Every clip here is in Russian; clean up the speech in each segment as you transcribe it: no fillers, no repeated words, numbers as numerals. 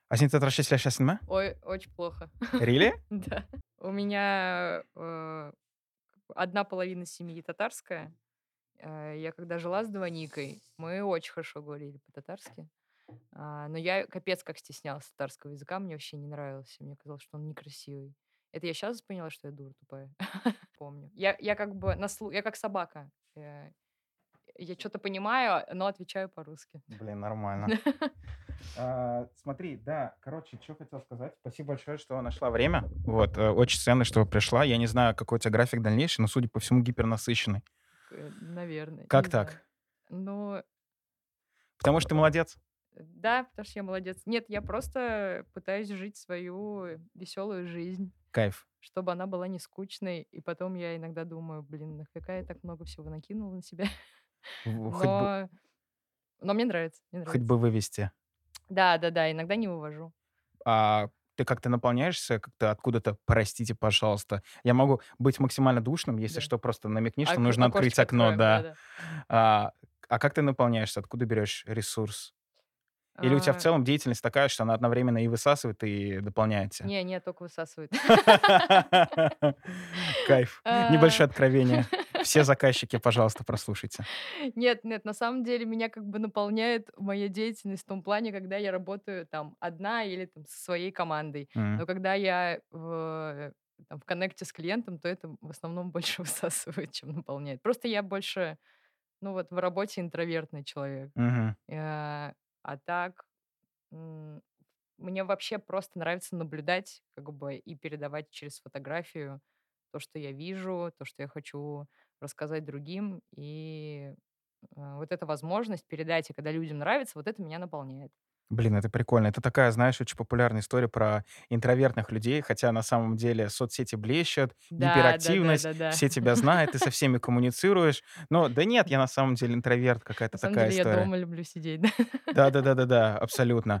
Así te trataste la. Ой, очень плохо. Really? Да. У меня, одна половина семьи татарская. Я когда жила с двойникой, мы очень хорошо говорили по-татарски. Но я капец как стеснялась татарского языка, мне вообще не нравился. Мне казалось, что он некрасивый. Это я сейчас поняла, что я дура тупая. Помню. Я как бы я как собака. Я что то понимаю, но отвечаю по-русски. Блин, нормально. Смотри, да, короче, что хотел сказать. Спасибо большое, что нашла время. Вот, очень ценно, что пришла. Я не знаю, какой у тебя график дальнейший, но, судя по всему, гипернасыщенный. Наверное, Как не знаю. так? Но Потому что ты молодец. да, потому что я молодец. Нет, я просто пытаюсь жить свою веселую жизнь, Кайф. чтобы она была не скучной. И потом я иногда думаю: "Блин, нафига я так много всего накинула на себя?" Хоть бы, Но но мне нравится, мне хоть нравится. бы вывести. Да-да-да, иногда не вывожу. Ты как-то наполняешься, как-то откуда-то, простите, пожалуйста. Я могу быть максимально душным, если Да. что, просто намекни, что нужно открыть Окошечко окно, откроем, да. да-да. А, а как ты наполняешься? Откуда берешь ресурс? Или у тебя в А, целом деятельность такая, что она одновременно и высасывает, и дополняет тя? не, тока высасывает. Кайф. А, Небольшое откровение. Все заказчики, пожалуйста, прослушайте. Нет, нет, на самом деле меня как бы наполняет моя деятельность в том плане, когда я работаю там одна или там со своей командой. М, Но когда я в коннекте с клиентом, то это в основном больше высасывает, чем наполняет. Просто я больше, ну вот в работе интровертный человек. мгм. А так, м, мне вообще просто нравится наблюдать, как бы, и передавать через фотографию то, что я вижу, то, что я хочу рассказать другим. И вот эта возможность передать, и когда людям нравится, вот это меня наполняет. Блин, это прикольно. Это такая, знаешь, очень популярная история про интровертных людей, хотя на самом деле соцсети блещут, Да, гиперактивность, да-да-да-да. все тебя знают, ты со всеми коммуницируешь. Но да нет, я на самом деле интроверт, какая-то На самом такая деле я история. дома люблю сидеть, да. Да-да-да-да-да, абсолютно.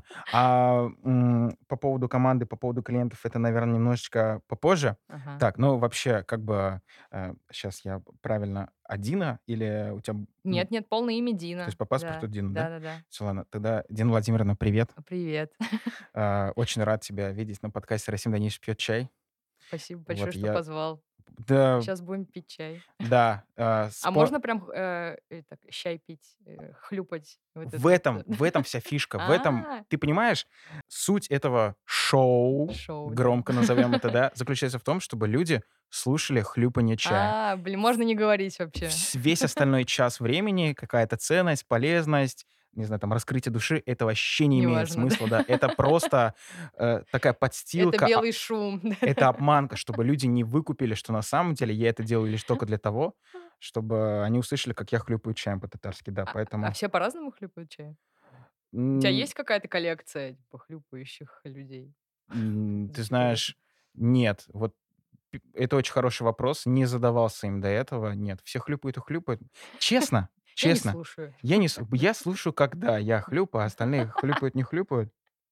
По поводу команды, по поводу клиентов, это, наверное, немножечко попозже. Ага. Так, ну, вообще, как бы, сейчас я правильно, Адина или у тебя, ну, Нет-нет, полное имя то есть Дина. по паспорту Да, Дина, да? да-да-да. Всё, ладно. Тогда, Дина Владимировна, привет. Привет. Очень рад тебя видеть на подкасте "Расим Даниш пьет чай". Спасибо большое, Вот что я позвал. да, Сейчас будем пить чай. да, А можно прям, так чай пить, хлюпать? Вот в это вот. этом вся фишка. В этом, А, ты понимаешь, суть этого шоу, шоу, да. громко назовем это, да, заключается в том, чтобы люди слушали хлюпанье чая. Блин, можно не говорить вообще. Весь остальной час времени, какая-то ценность, полезность, не знаю, там, раскрытие души — это вообще не имеет Неважно, да. смысла, да. Это просто, такая Это подстилка, белый шум. это обманка, чтобы люди не выкупили, что на самом деле я это делаю лишь только для того, чтобы они услышали, как я хлюпаю чаем по-татарски, да. А Поэтому, все по-разному хлюпают чай? У тебя м, есть какая-то коллекция, типа, хлюпающих людей? ты Интересно. знаешь, нет. Вот это очень хороший вопрос. Не задавался им до этого. Нет, все хлюпают и хлюпают. Честно, Я не честно, слушаю. я слушаю, когда я хлюпаю, а остальные хлюпают, не хлюпают.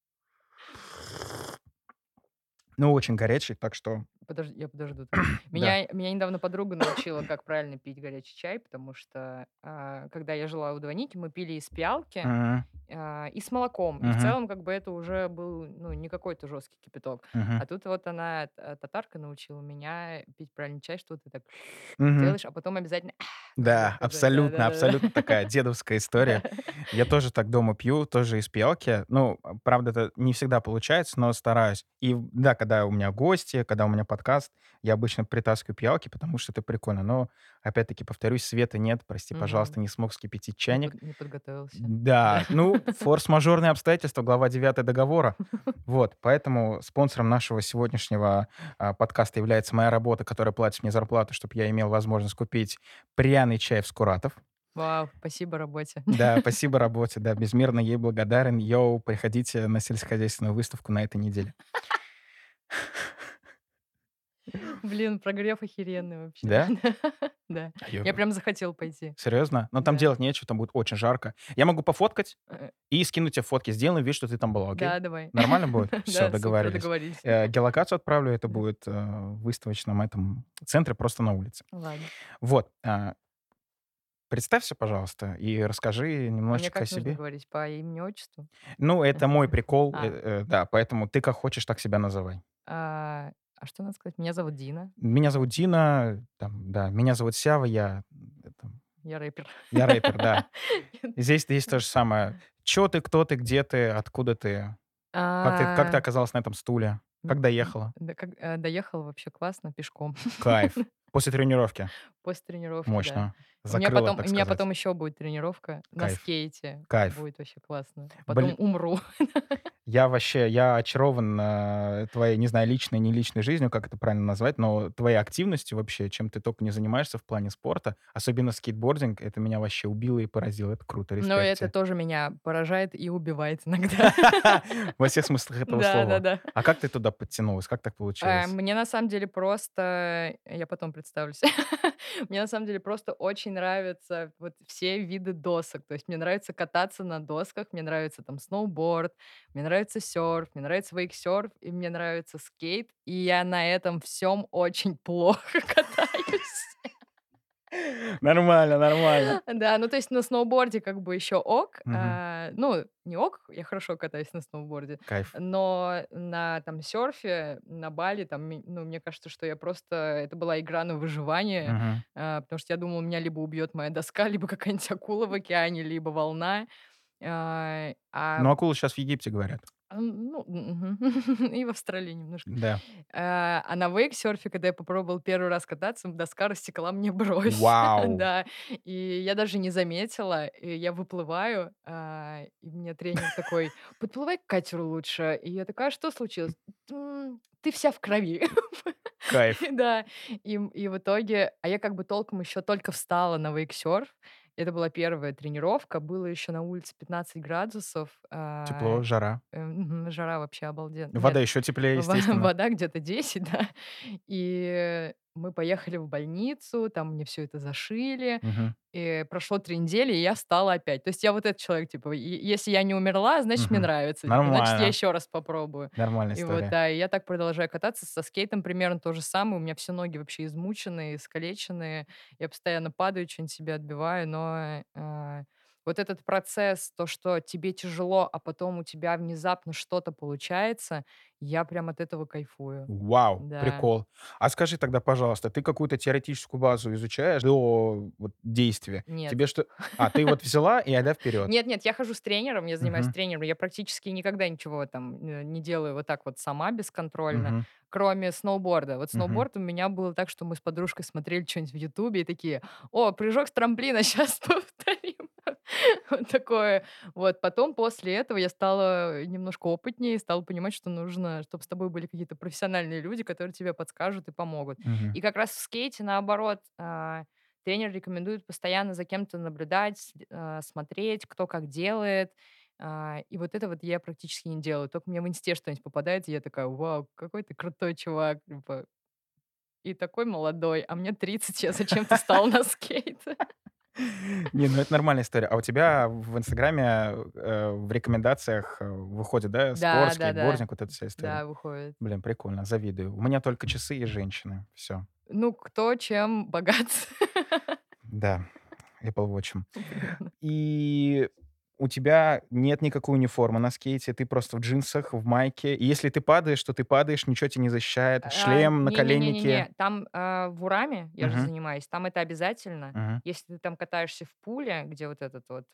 Ну, очень горячий, так что Я подожду тогда. да. Меня недавно подруга научила, как правильно пить горячий чай, потому что, когда я жила у двойники, мы пили из пиалки, Мгм, и с молоком. И в мгм, целом, как бы, это уже был, ну, не какой-то жесткий кипяток. мгм, А тут вот она, татарка, научила меня пить правильный чай, что ты так мгм. делаешь, а потом обязательно Да, глоток. абсолютно, Да-да-да-да. абсолютно такая дедовская Да. история. Я тоже так дома пью, тоже из пиалки. Ну, правда, это не всегда получается, но стараюсь. Да, когда у меня гости, когда у меня подкаст, я обычно притаскиваю пиалки, потому что это прикольно. Но, опять-таки, повторюсь, света нет, прости, Мгм. пожалуйста, не смог вскипятить чайник. Не подготовился. Да. Да, ну, форс-мажорные обстоятельства, глава 9 договора. Вот, поэтому спонсором нашего сегодняшнего подкаста является моя работа, которая платит мне зарплату, чтобы я имел возможность купить пряный чай в Скуратов. Вау, спасибо работе. Да, спасибо работе, да, безмерно ей благодарен. Йоу, приходите на сельскохозяйственную выставку на этой неделе. Блин, прогрев охеренный вообще. Да? Да. А Я прям захотел пойти. серьезно? Но там Да. делать нечего, там будет очень жарко. Я могу пофоткать Э, и скинуть тебе фотки. Сделаем вид, что ты там была, окей? да, давай. Нормально будет? Все, Да, супер, договорились. договорились. Геолокацию отправлю, это Да. будет в выставочном этом центре просто на улице. Ладно. Вот. Представься, пожалуйста, и расскажи А мне немножечко о как нужно себе. говорить? По имени-отчеству? Ну, это мой прикол, А, да, поэтому ты как хочешь, так себя называй. а что надо сказать? Меня зовут Дина, Меня зовут Дина, там, да, меня зовут Сява, я рэпер. я рэпер, да. Здесь то же самое. Чё ты, кто ты, где ты, откуда ты, как ты А, оказалась на этом стуле, м, как доехала? да как, доехала вообще классно пешком. Кайф. После тренировки. После тренировки, да. Мощно. У меня Закрыла, потом так у меня сказать. потом еще будет тренировка на Кайф. скейте. Кайф. Будет вообще классно. Потом Бли умру. я очарован, твоей, не знаю, личной, не личной жизнью, как это правильно назвать, но твоей активностью вообще, чем ты только не занимаешься в плане спорта, особенно скейтбординг, это меня вообще убило и поразило. Это круто, Но респект это те. тоже меня поражает и убивает иногда. Во всех смыслах этого слова. Да-да-да. А как ты туда подтянулась? Как так получилось? Мне на самом деле просто я потом представлюсь. Мне на самом деле просто очень нравятся вот все виды досок. То есть мне нравится кататься на досках, мне нравится там сноуборд, мне нравится серф, мне нравится вейксерф, и мне нравится скейт. И я на этом всем очень плохо катаюсь. Нормально, нормально. Да, ну, то есть на сноуборде как бы еще ок. Мгм. Ну, не ок, я хорошо катаюсь на сноуборде, Кайф. но на там серфе, на Бали, там, ну, мне кажется, что я просто это была игра на выживание, Мгм. потому что я думала, меня либо убьет моя доска, либо какая-нибудь акула в океане, либо волна. А Ну, акулы сейчас в Египте, говорят. ну, мгм. И в Австралии немножко. Да. А на вейксерфе, когда я попробовала первый раз кататься, доска рассекла мне бровь. Вау! Да, и я даже не заметила. И я выплываю, и мне тренер такой: "Подплывай к катеру лучше". И я такая: "Что случилось?" "Ты вся в крови". Кайф. Да, и в итоге я как бы толком еще только встала на вейксерф. Это была первая тренировка. Было еще на улице 15 градусов. Тепло, жара. Жара вообще обалденная. Вода Нет, еще теплее, во естественно. вода где-то 10, да. И мы поехали в больницу, там мне все это зашили. Мгм. И прошло 3 недели, и я стала опять. То есть я вот этот человек, типа, если я не умерла, значит, мне Мгм. нравится. Типа, значит, я Нормально. еще раз попробую. Нормальная И вот, история. да, и я так продолжаю кататься. Со скейтом примерно то же самое. У меня все ноги вообще измученные, искалеченные. Я постоянно падаю, что-нибудь себе отбиваю, но, вот этот процесс, то, что тебе тяжело, а потом у тебя внезапно что-то получается, я прям от этого кайфую. Вау, Да. прикол. А скажи тогда, пожалуйста, ты какую-то теоретическую базу изучаешь до вот действия? Нет. Тебе что ты вот взяла и айда вперед. Нет-нет, я хожу с тренером, я занимаюсь Мгм. тренером. Я практически никогда ничего там, не делаю вот так вот сама бесконтрольно, Мгм. кроме сноуборда. Вот Мгм. сноуборд у меня было так, что мы с подружкой смотрели что-нибудь в "Ютубе" и такие: "О, прыжок с трамплина, сейчас повторим". Вот такое. Вот потом после этого я стала немножко опытнее, стала понимать, что нужно, чтобы с тобой были какие-то профессиональные люди, которые тебе подскажут и помогут. Мгм. И как раз в скейте, наоборот, тренер рекомендует постоянно за кем-то наблюдать, смотреть, кто как делает. И вот это вот я практически не делаю. Только мне в инсте что-нибудь попадается, и я такая: "Вау, какой ты крутой чувак, типа, и такой молодой, а мне 30, я зачем-то стал на скейт". Не, ну это нормальная история. А у тебя в "Инстаграме", в рекомендациях, выходит, да, спорт, Да, да-да. скейтбординг, вот эта вся история? Да, выходит. Блин, прикольно, завидую. У меня только часы и женщины. Все. Ну, кто чем богат. Да, Apple Watch. Примерно. И у тебя нет никакой униформы на скейте, ты просто в джинсах, в майке. И если ты падаешь, то ты падаешь, ничего тебя не защищает. Шлем, наколенники. Не-не-не-не-не. Там, в Ураме, я же Мгм, занимаюсь, там это обязательно. мгм. Если ты там катаешься в пуле, где вот этот вот,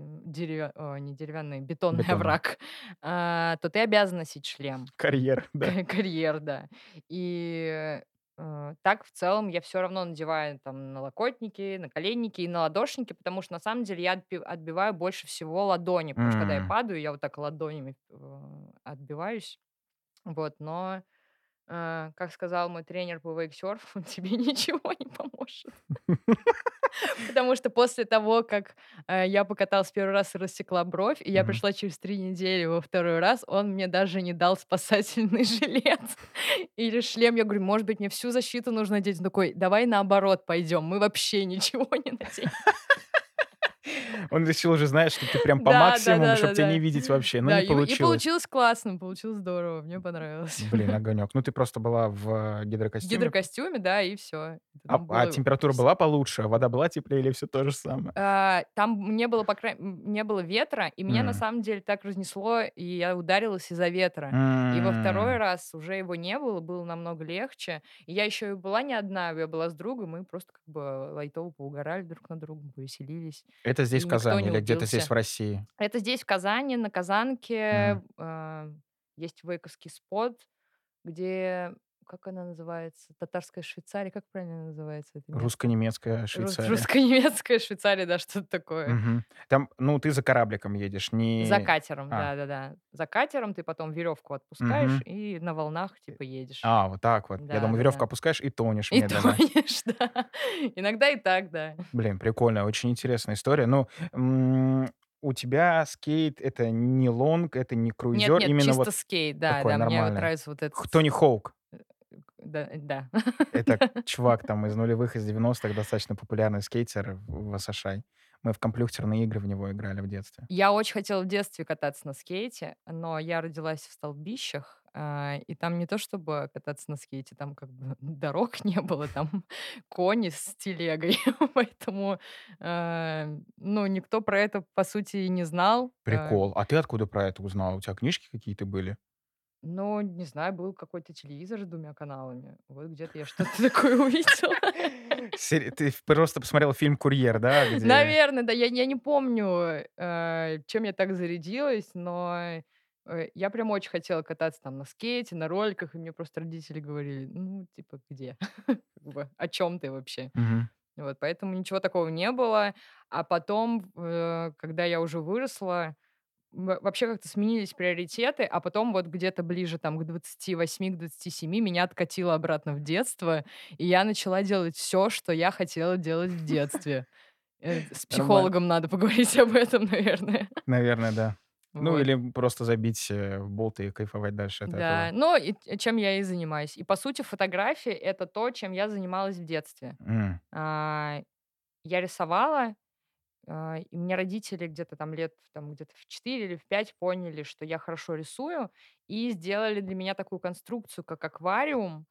не деревянный, бетонный Бетонный. овраг, то ты обязан носить шлем. Карьер, да. Карьер, да. И, так в целом я все равно надеваю там налокотники, наколенники и наладошники, потому что на самом деле я отбиваю больше всего ладони, потому что когда я М. падаю, я вот так ладонями, отбиваюсь. Вот, но, как сказал мой тренер по вейксерфу, тебе ничего не поможет. Потому что после того, как, я покаталась первый раз и рассекла бровь, и я Мгм. пришла через 3 недели во второй раз, он мне даже не дал спасательный жилет или шлем. Я говорю: "Может быть, мне всю защиту нужно надеть?" Он такой: "Давай наоборот пойдем, мы вообще ничего не наденем". Он решил уже, знаешь, что ты прям по Да, максимуму, чтобы тебя не да-да-да-да. видеть вообще, но Да, не и получилось. получилось классно, получилось здорово, мне понравилось. Блин, огонек. Ну, ты просто была в В гидрокостюме. гидрокостюме, да, и все. А, Там а было температура была получше, а вода была теплее или все то же самое? Там не было, не было ветра, и меня на М. самом деле так разнесло, и я ударилась из-за ветра. И во второй М. раз уже его не было, было намного легче. И я еще и была не одна, я была с другом, мы просто как бы лайтово поугорали друг над другом, повеселились, Это здесь, и в никто Казани, не или где-то здесь, убился. в России? Это здесь, в Казани, на Казанке, Мгм. есть вейковский спот, где, как она называется, татарская Швейцария, как правильно называется это место? Русско-немецкая Швейцария. Русско-немецкая Швейцария, да, что-то такое. Мгм. Там, ну, ты за корабликом едешь, За не. катером, А, да-да-да. За катером ты потом веревку отпускаешь мгм. и на волнах типа едешь. А, вот так вот. Я думаю, веревку Да-да-да. опускаешь и тонешь И медленно. тонешь, да. Иногда и так, да. Блин, прикольно, очень интересная история. Ну, у тебя скейт — это не лонг, это не круизер, Нет-нет, именно чисто вот скейт, такой да-да. Мне вот нормальный. нравится вот этот Тони Хоук. да. Это чувак там из нулевых, из 90-х, достаточно популярный скейтер в СШ. Мы в компьютерные игры в него играли в детстве. Я очень хотела в детстве кататься на скейте, но я родилась в Столбищах, и там не то чтобы кататься на скейте, там как бы дорог не было, там кони с телегой, поэтому, ну, никто про это, по сути, и не знал. Прикол. А ты откуда про это узнала? У тебя книжки какие-то были? Ну, не знаю, был какой-то телевизор с двумя каналами. Вот где-то я что-то такое увидела. Ты просто посмотрел фильм «Курьер», да, где. Наверно, да. Я не помню, чем я так зарядилась, но, я прям очень хотела кататься там на скейте, на роликах, и мне просто родители говорили: "Ну, типа, где? Как бы, о чем ты вообще?" Мгм. Вот, поэтому ничего такого не было. А потом, когда я уже выросла, вообще как-то сменились приоритеты, а потом вот где-то ближе там к 28, к 27 меня откатило обратно в детство, и я начала делать все, что я хотела делать в детстве. С Нормально. психологом надо поговорить об этом, наверное. Наверное, да. Ну, Вот. или просто забить, в болт и кайфовать дальше от Да, этого. ну и чем я и занимаюсь. И, по сути, фотография — это то, чем я занималась в детстве. М. А, я рисовала, и мне родители где-то там лет там где-то в 4 или в 5 поняли, что я хорошо рисую, и сделали для меня такую конструкцию, как аквариум,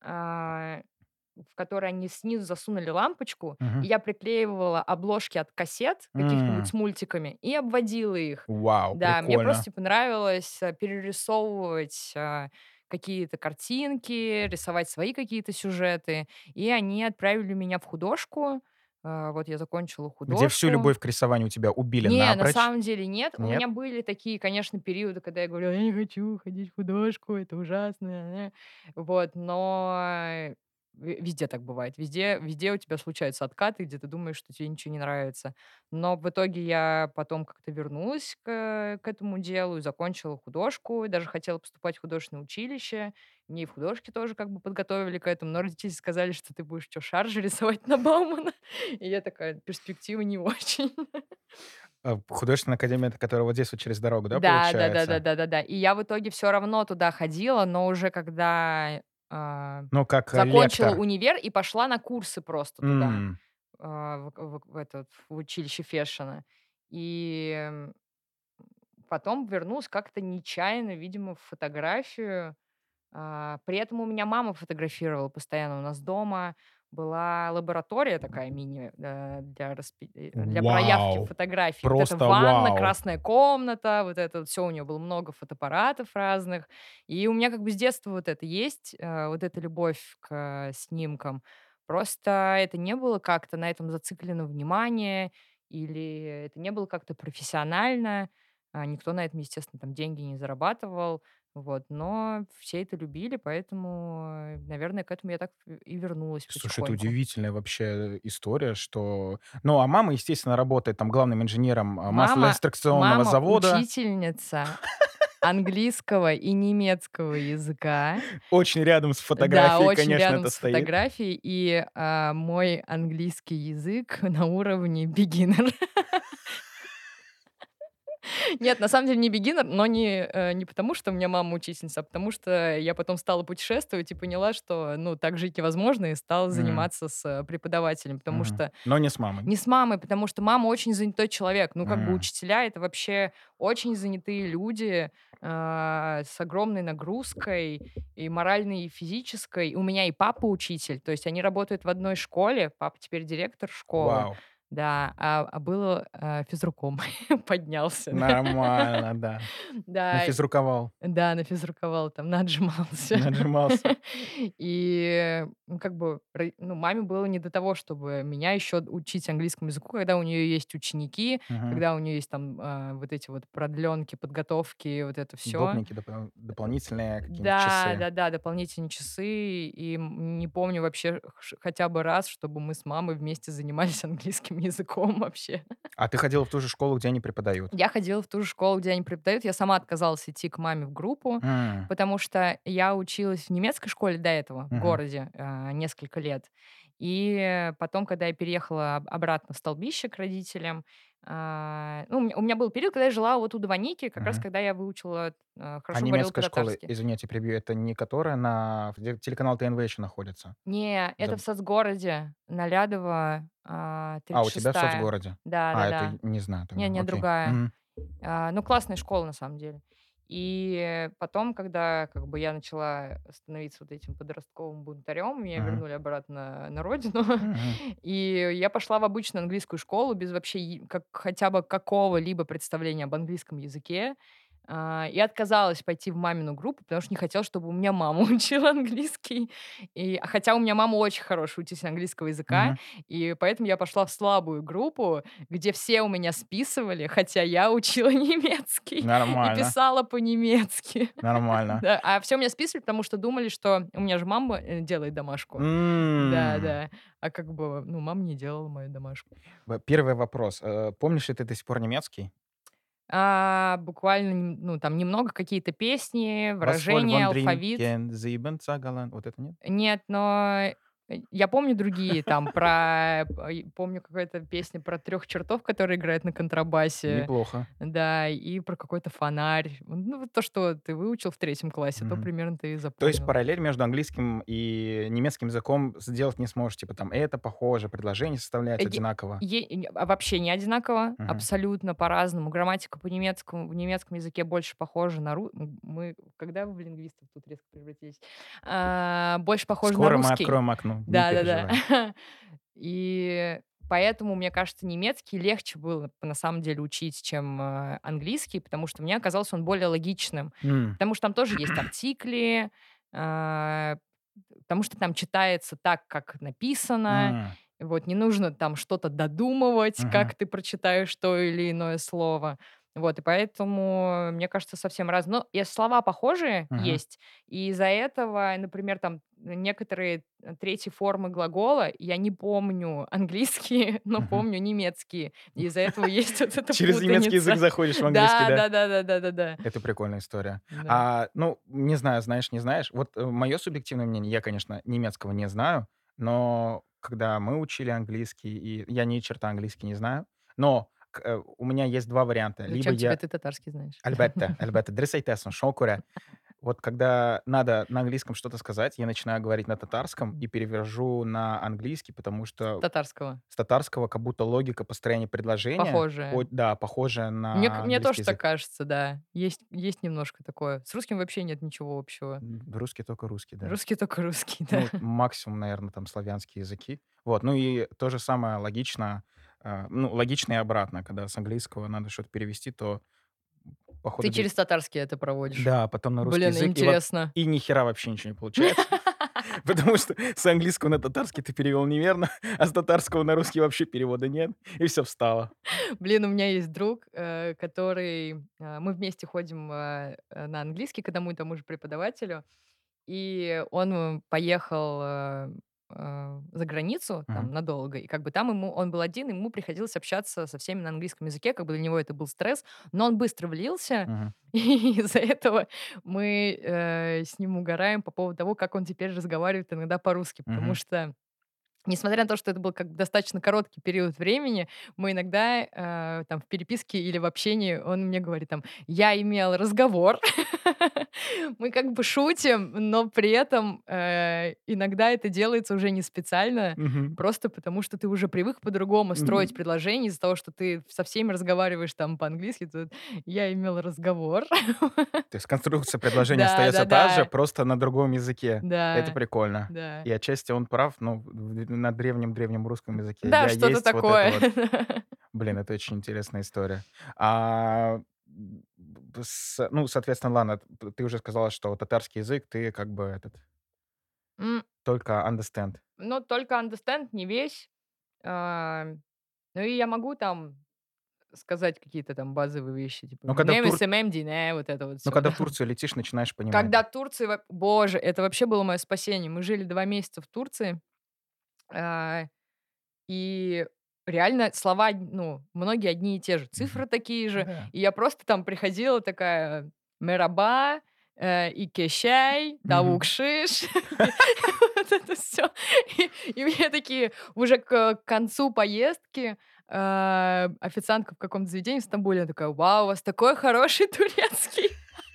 а, в которой они снизу засунули лампочку, и Мгм. я приклеивала обложки от кассет каких-нибудь М. с мультиками и обводила их. Вау, Да, мне просто, прикольно. типа, нравилось, перерисовывать, какие-то картинки, рисовать свои какие-то сюжеты. И они отправили меня в художку. Вот я закончила Где всю художку. любовь к рисованию у тебя убили Не, на напрочь? самом деле нет. У Нет? меня были такие, конечно, периоды, когда я говорю: "Я не хочу ходить в художку, это ужасно". Вот, но везде так бывает. Везде у тебя случаются откаты, где ты думаешь, что тебе ничего не нравится. Но в итоге я потом как-то вернулась к этому делу и закончила художку, и даже хотела поступать в художественное училище. Мне и в художке тоже как бы подготовили к этому, но родители сказали, что ты будешь чё, шаржи рисовать на Баумана? И я такая: "Перспектива не очень". Художественная академия, это которая вот здесь вот через дорогу, да, Да, получается? да-да-да-да-да-да. И я в итоге все равно туда ходила, но уже когда, Ну, как, закончила лектор. универ и пошла на курсы просто туда, М. в этот, в училище фэшена. И, потом вернулась как-то нечаянно, видимо, в фотографию. При этом у меня мама фотографировала постоянно. У нас дома была лаборатория такая мини, для проявки Вау! фотографий. Вот эта Просто ванна, вау! красная комната, вот это вот всё. У нее было много фотоаппаратов разных. И у меня как бы с детства вот это есть, вот эта любовь к снимкам. Просто это не было как-то на этом зациклено внимание или это не было как-то профессионально. Никто на этом, естественно, там деньги не зарабатывал. Вот, но все это любили, поэтому, наверное, к этому я так и вернулась Слушай, это потихоньку. удивительная вообще история, что. Ну, а мама, естественно, работает там главным инженером, Мама маслоэкстракционного мама завода. учительница английского и немецкого языка. Очень рядом с Да, фотографией, очень конечно, рядом это с стоит. фотографией, и, мой английский язык на уровне beginner. Нет, на самом деле не beginner, но не потому, что у меня мама учительница, а потому что я потом стала путешествовать и поняла, что, ну, так жить невозможно, и стала Мгм. заниматься с преподавателем, потому Мгм. что Но не с мамой. не с мамой, потому что мама очень занятой человек. Ну, как бы М. учителя — это вообще очень занятые люди, с огромной нагрузкой и моральной, и физической. У меня и папа учитель, то есть они работают в одной школе. Папа теперь директор школы, Вау. да, был, физруком, поднялся, да. Нормально, да. Да, Нафизруковал, да, нафизруковал, там, наотжимался. наотжимался. И, ну, как бы, ну, маме было не до того, чтобы меня еще учить английскому языку, когда у нее есть ученики, Мгм. когда у нее есть там вот эти вот продленки, подготовки, вот это все. Допники, дополнительные какие-нибудь Да, часы. да-да, дополнительные часы. И не помню вообще хотя бы раз, чтобы мы с мамой вместе занимались английским языком вообще. А ты ходила в ту же школу, где они преподают? Я ходила в ту же школу, где они преподают. Я сама отказалась идти к маме в группу, М. потому что я училась в немецкой школе до этого, в Мгм. городе, несколько лет. И потом, когда я переехала обратно в Столбище к родителям, ну, у меня был период, когда я жила вот у Дваники, как раз Мгм. когда я выучила, А хорошо говорила немецкая школа, по-татарски. извини, я тебя перебью, это не которая где телеканал ТНВ еще находится? Не, это в Заб соцгороде, на Лядова, А, тридцать у тебя в шестая. соцгороде. А, это Да-да-да. не знаю тогда. Не, Окей. другая. Мгм. Ну, классная школа на самом деле. И потом, когда как бы я начала становиться вот этим подростковым бунтарем, меня Мгм. вернули обратно на родину, Мгм. и я пошла в обычную английскую школу без вообще как, хотя бы какого-либо представления об английском языке. И отказалась пойти в мамину группу, потому что не хотела, чтобы у меня мама учила английский. Хотя у меня мама очень хороший учитель английского языка, Мгм. и поэтому я пошла в слабую группу, где все у меня списывали, хотя я учила немецкий и Нормально, писала по-немецки. нормально. Да, а все меня списывали, потому что думали, что у меня же мама, делает домашку. М. Да-да. А как бы, ну, мама не делала мою домашку. Первый вопрос. Помнишь ли ты до сих пор немецкий? Буквально, ну, там немного какие-то песни, "Was wohl выражения, von алфавит. trinken, sieben Tagalan"? Вот это нет? Нет, но, я помню другие, там про помню какая-то песня про трех чертов, которые играют на контрабасе. Неплохо. Да, и про какой-то фонарь. Ну, вот то, что ты выучил в третьем классе, то Мгм. примерно ты и То есть запомнил. параллель между английским и немецким языком сделать не сможешь? Типа там это похоже, предложение составляется Е одинаково. вообще не одинаково, Мгм. абсолютно по-разному. Грамматика в немецком языке больше похожа на мы когда вы в лингвистов тут резко превратились? Больше похожа на Скоро мы русский. откроем окно, не Да-да-да. переживай. И поэтому, мне кажется, немецкий легче было на самом деле учить, чем, английский, потому что мне казалось он более логичным. М. Потому что там тоже есть артикли, а, потому что там читается так, как написано. М. Вот, не нужно там что-то додумывать, Мгм. как ты прочитаешь то или иное слово. Вот, и поэтому, мне кажется, совсем раз но и слова похожие Мгм. есть, и из-за этого, например, там некоторые, третьи формы глагола я не помню английские, но Мгм. помню немецкие. И из-за этого есть вот эта Через немецкий язык путаница. заходишь в английский, Да, да? да-да-да-да-да-да. Это прикольная история. Да. Ну, не знаю, знаешь, не знаешь. Вот, мое субъективное мнение, я, конечно, немецкого не знаю, но когда мы учили английский, и я ни черта английский не знаю, но у меня есть 2 варианта. Либо Зачем тебе? я Ты татарский знаешь. Elbette, Drisaytessen, Шокуре. Вот когда надо на английском что-то сказать, я начинаю говорить на татарском и перевожу на английский, потому что Татарского. с татарского как будто логика построения предложения, Похожее. да, похожая на Мне английский тоже так язык. кажется, да. Есть немножко такое. С русским вообще нет ничего общего. Русский только русский, да. Русский только русский, да. Ну, максимум, наверное, там славянские языки. Вот, ну и то же самое логично, ну, логично и обратно, когда с английского надо что-то перевести, то по Ты ходу через татарский это проводишь. да, потом на русский Блин, язык, интересно. и ни хера вообще ничего не получается, потому что с английского на татарский ты перевел неверно, а с татарского на русский вообще перевода нет, и все встало. Блин, у меня есть друг, который, мы вместе ходим, на английский к одному и тому же преподавателю, и он, поехал, за границу Мгм, там надолго, и как бы там он был один, ему приходилось общаться со всеми на английском языке, как бы для него это был стресс, но он быстро влился, мгм, и из-за этого мы, с ним угораем по поводу того, как он теперь разговаривает иногда по-русски, потому мгм. что Несмотря на то, что это был как бы достаточно короткий период времени, мы иногда, там в переписке или в общении он мне говорит там: "Я имел разговор". Мы как бы шутим, но при этом, иногда это делается уже не специально, Мгм. просто потому что ты уже привык по-другому строить Мгм. предложения из-за того, что ты со всеми разговариваешь там по-английски. Тут "я имел разговор". То есть конструкция предложения остается та же, Да-да-да. просто на другом языке. Это Да, прикольно. да. И отчасти он прав, но на древнем-древнем русском языке Да, "я что-то есть", вот это такое. вот. Блин, это очень интересная история. А, ну, соответственно, ладно, ты уже сказала, что татарский язык ты как бы этот М, только understand. ну, только understand, не весь. А, ну и я могу там сказать какие-то там базовые вещи, типа Но когда в Тур "немесемемдине", вот это вот но все, когда да. в Турцию летишь, начинаешь понимать. Когда в Турции, боже, это вообще было мое спасение. Мы жили 2 месяца в Турции, а, и реально слова, ну, многие одни и те же, Мгм. цифры такие же. Да. И я просто там приходила такая: "Мераба", "ике чай", "тавук Мгм. шиш", и вот это все. И мне такие уже к концу поездки, официантка в каком-то заведении в Стамбуле, она такая: "Вау, у вас такой хороший турецкий".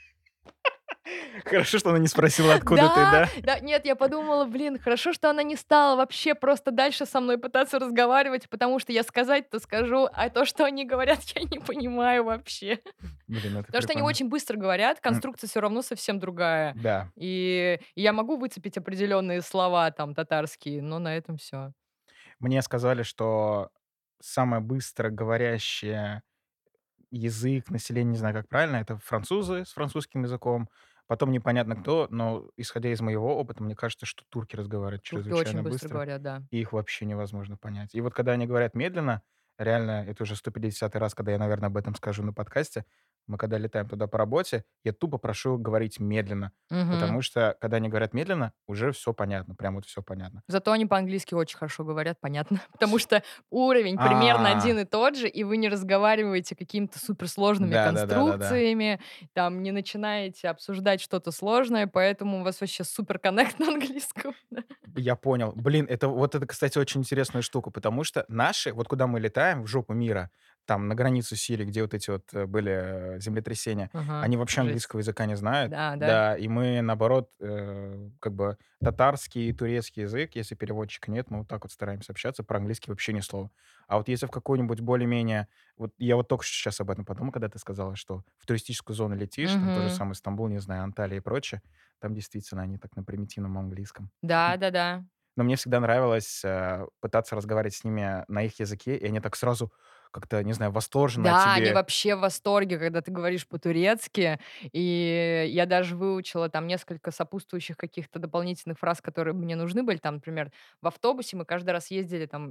Хорошо, что она не спросила, откуда ты, Да, да? да, нет, я подумала, блин, хорошо, что она не стала вообще просто дальше со мной пытаться разговаривать, потому что я сказать-то скажу, а то, что они говорят, я не понимаю вообще. Блин, это Потому что они прикольно. очень быстро говорят, М, конструкция все равно совсем другая. да. И я могу выцепить определенные слова там татарские, но на этом все. Мне сказали, что самое быстро говорящее язык населения, не знаю, как правильно, это французы с французским языком, потом непонятно кто, но исходя из моего опыта, мне кажется, что турки разговаривают Турки очень чрезвычайно быстро быстро, говорят, да. и их вообще невозможно понять. И вот когда они говорят медленно, реально, это уже 150-й раз, когда я, наверное, об этом скажу на подкасте, мы когда летаем туда по работе, я тупо прошу говорить медленно, Мгм. потому что, когда они говорят медленно, уже все понятно, прям вот все понятно. Зато они по-английски очень хорошо говорят, понятно. Потому что уровень примерно А, один и тот же, и вы не разговариваете какими-то суперсложными да-да-да-да-да. конструкциями, там не начинаете обсуждать что-то сложное, поэтому у вас вообще супер коннект на английском. Да. Я понял. Блин, это, кстати, очень интересная штука, потому что наши, вот куда мы летаем, в жопу мира, там на границу Сирии, где вот эти вот были землетрясения, Ага, они вообще жесть. английского языка не знают. Да, да. Да, и мы, наоборот, как бы татарский и турецкий язык, если переводчика нет, мы вот так вот стараемся общаться, про английский вообще ни слова. А вот если в какой-нибудь более-менее... Вот я вот только сейчас об этом подумал, когда ты сказала, что в туристическую зону летишь, там тоже Мгм. самый Стамбул, не знаю, Анталия и прочее, там действительно они так на примитивном английском. Да-да-да. Но мне всегда нравилось, пытаться разговаривать с ними на их языке, и они так сразу как-то, не знаю, восторженно о Да, они тебе. вообще в восторге, когда ты говоришь по-турецки. И я даже выучила там несколько сопутствующих каких-то дополнительных фраз, которые мне нужны были. Там, например, в автобусе мы каждый раз ездили там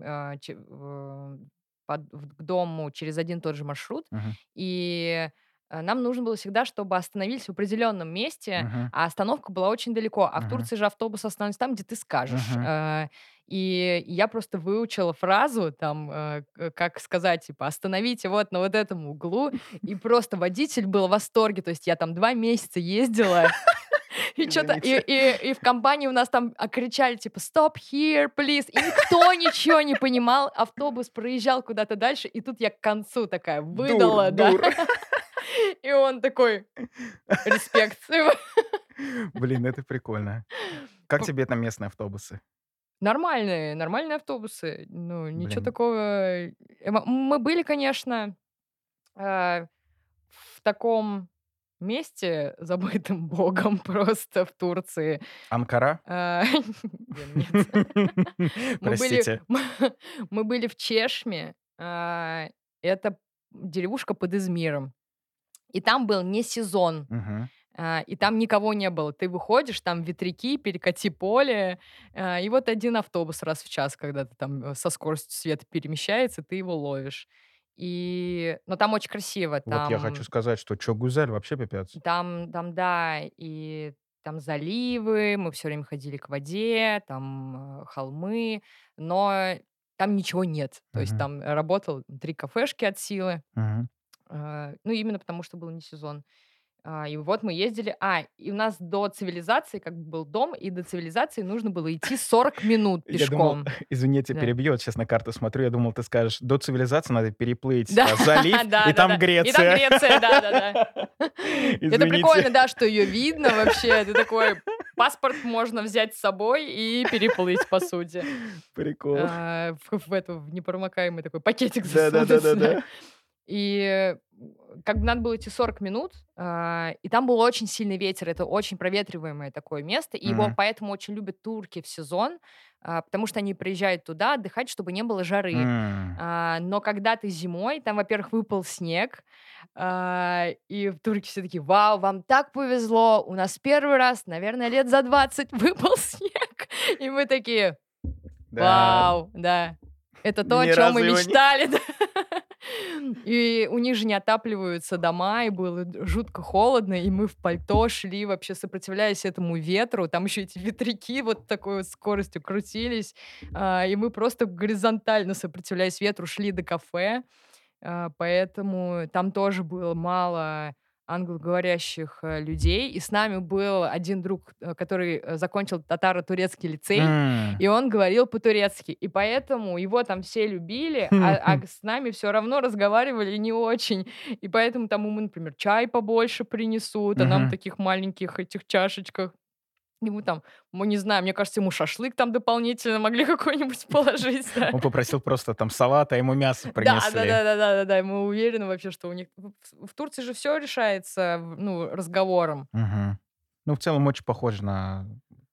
к дому через один и тот же маршрут. Мгм, И нам нужно было всегда, чтобы остановились в определенном месте, мгм, а остановка была очень далеко. А в мгм, Турции же автобус остановится там, где ты скажешь. мгм. И я просто выучила фразу, там, как сказать, типа, остановите вот на вот этом углу, и просто водитель был в восторге. То есть я там 2 месяца ездила, и что то и Извините. и и в компании у нас там, кричали, типа: "Stop here, please!" И никто ничего не понимал. Автобус проезжал куда-то дальше, и тут я к концу такая Дур, выдала, да. дур. И он такой: "Респект". Блин, это прикольно. Как тебе там местные автобусы? Нормальные автобусы. Ну, ничего Блин, такого. Мы были, конечно, э, в таком месте, забытым богом просто в Турции. Анкара? А, блин, нет. Мы были Простите. мы были в Чешме. Это деревушка под Измиром. И там был не сезон. Мгм, И там никого не было. Ты выходишь, там ветряки, перекати поле, и вот один автобус раз в час, когда ты там, со скоростью света перемещается, ты его ловишь. Но там очень красиво. вот я хочу Там сказать, что Чогузель вообще пипец. да, и там заливы, мы все время ходили к воде, там, холмы, но там ничего нет. То есть Мгм, там работал 3 кафешки от силы, мгм. ну, именно потому что был не сезон. И вот мы ездили. И у нас до цивилизации как бы был дом, и до цивилизации нужно было идти 40 минут Я думал, пешком. извини, я тебя Да. перебью, вот щас на карту смотрю, я думал, ты скажешь: "До цивилизации надо переплыть, Да, залив, и там да-да-да. И там Греция". Греция, да-да-да. Это Извините. прикольно, да, что ее видно вообще. Ты такой, паспорт можно взять с собой и переплыть, по сути. Прикол. В непромокаемый такой пакетик засунуть, да. Да-да-да-да-да. И, как бы надо было идти 40 минут, и там был очень сильный ветер. Это очень проветриваемое такое место, и его Мгм. поэтому очень любят турки в сезон, потому что они приезжают туда отдыхать, чтобы не было жары. М. Но когда ты зимой, там, во-первых, выпал снег, и в турки все такие: "Вау, вам так повезло! У нас первый раз, наверное, лет за 20 выпал снег". И мы такие: Да, "Вау, да, это то, о ни чем мы разу его не мечтали". Да. И у них же не отапливаются дома, и было жутко холодно, и мы в пальто шли, вообще сопротивляясь этому ветру. Там еще эти ветряки вот такой вот скоростью крутились, и мы просто горизонтально, сопротивляясь ветру, шли до кафе. Поэтому там тоже было мало англоговорящих, людей. И с нами был один друг, который, закончил татаро-турецкий лицей, М. и он говорил по-турецки. И поэтому его там все любили, с нами все равно разговаривали не очень. И поэтому там ему, например, чай побольше принесут, а нам в Мгм. таких маленьких этих чашечках. Ему там, мы не знаю, мне кажется, ему шашлык там дополнительно могли какой-нибудь положить, да. Он попросил просто там салат, а ему мясо Да, принесли. да-да-да-да-да-да, мы уверены вообще, что у них в Турции же все решается, ну, разговором. Мгм. Ну, в целом очень похоже на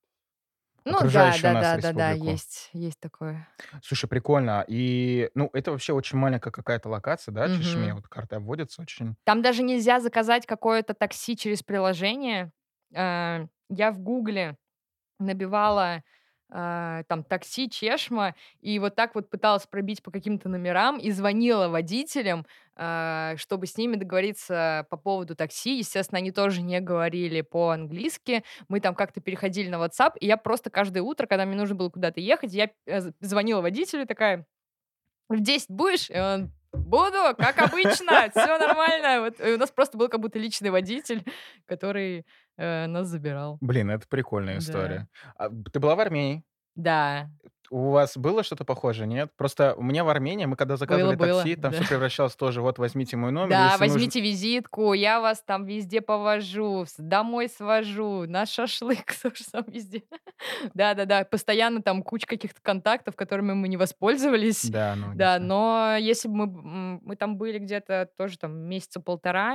Ну да, окружающую нас да-да-да-да, республику. есть такое. Слушай, прикольно. И, ну, это вообще очень маленькая какая-то локация, да, Чешме? Мгм. Вот карта обводится очень. Там даже нельзя заказать какое-то такси через приложение. Я в "Гугле" набивала, там такси Чешма, и вот так вот пыталась пробить по каким-то номерам и звонила водителям, чтобы с ними договориться по поводу такси. Естественно, они тоже не говорили по-английски. Мы там как-то переходили на WhatsApp, и я просто каждое утро, когда мне нужно было куда-то ехать, я, звонила водителю такая: "В 10 будешь?" И он: "Буду, как обычно, все нормально". Вот, и у нас просто был как будто личный водитель, который, нас забирал. Блин, это прикольная Да. история. Ты была в Армении? Да. У вас было что-то похожее, нет? Просто у меня в Армении, мы когда Было заказывали было, такси, там да. все превращалось тоже: "Вот возьмите мой номер, Да, если нужно". возьмите визитку, я вас там везде повожу, домой свожу, на шашлык тоже сам везде. Да-да-да, постоянно там куча каких-то контактов, которыми мы не воспользовались. Да, ну, Да, если но если бы мы там были где-то тоже там месяца полтора,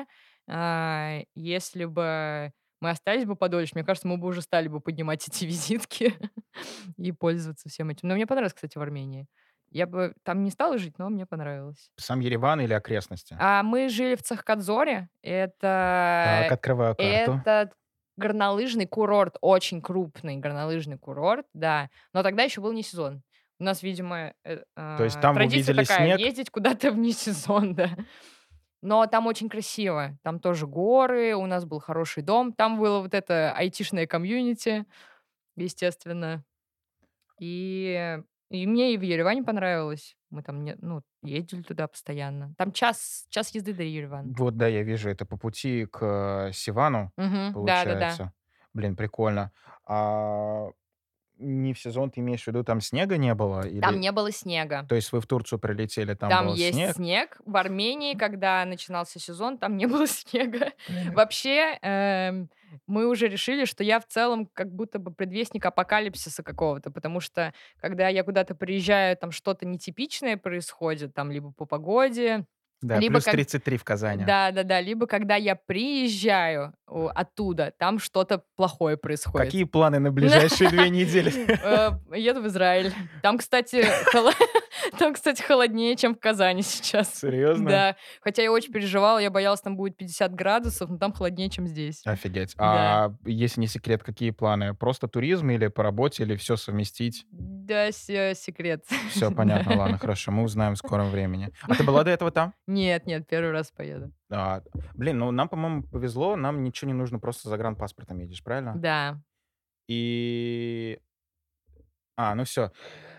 если бы мы остались бы подольше, мне кажется, мы бы уже стали бы поднимать эти визитки и пользоваться всем этим. Но мне понравилось, кстати, в Армении. Я бы там не стала жить, но мне понравилось. сам Ереван или окрестности? Мы жили в Цахкадзоре. Так, открываю карту. Это горнолыжный курорт, очень крупный горнолыжный курорт, да. Но тогда еще был не сезон. У нас, видимо, То есть там вы традиция увидели такая — снег. ездить куда-то вне сезон, да. Но там очень красиво. Там тоже горы, у нас был хороший дом. Там было вот это айтишное комьюнити, естественно. И и мне и в Ереване понравилось. Мы там ну, ездили туда постоянно. Там час езды до Еревана. Вот, да, я вижу, это по пути к Сивану, Мгм. Да-да-да. получается. Блин, прикольно. А не в сезон ты имеешь в виду, там снега не было? Там Или не было снега. то есть вы в Турцию прилетели, там Там был есть снег? снег. В Армении, когда начинался сезон, там не было снега. Блин, Вообще, мы уже решили, что я в целом как будто бы предвестник апокалипсиса какого-то, потому что, когда я куда-то приезжаю, там что-то нетипичное происходит, там либо по погоде, да, либо плюс как 33 в Казани. да-да-да, либо когда я приезжаю, оттуда, там что-то плохое происходит. Какие планы на ближайшие 2 недели? Еду в Израиль. Там, кстати, там, кстати, холоднее, чем в Казани сейчас. Серьезно? Да. Хотя я очень переживала, я боялась, там будет 50 градусов, но там холоднее, чем здесь. Офигеть. Да. А если не секрет, какие планы? Просто туризм или по работе, или все совместить? Да, секрет. Все понятно, Да. ладно, хорошо, мы узнаем в скором времени. А ты была до этого там? Нет, нет, первый раз поеду. А, блин, ну нам, по-моему, повезло, нам ничего не нужно, просто загранпаспортом едешь, правильно? Да. И ну все.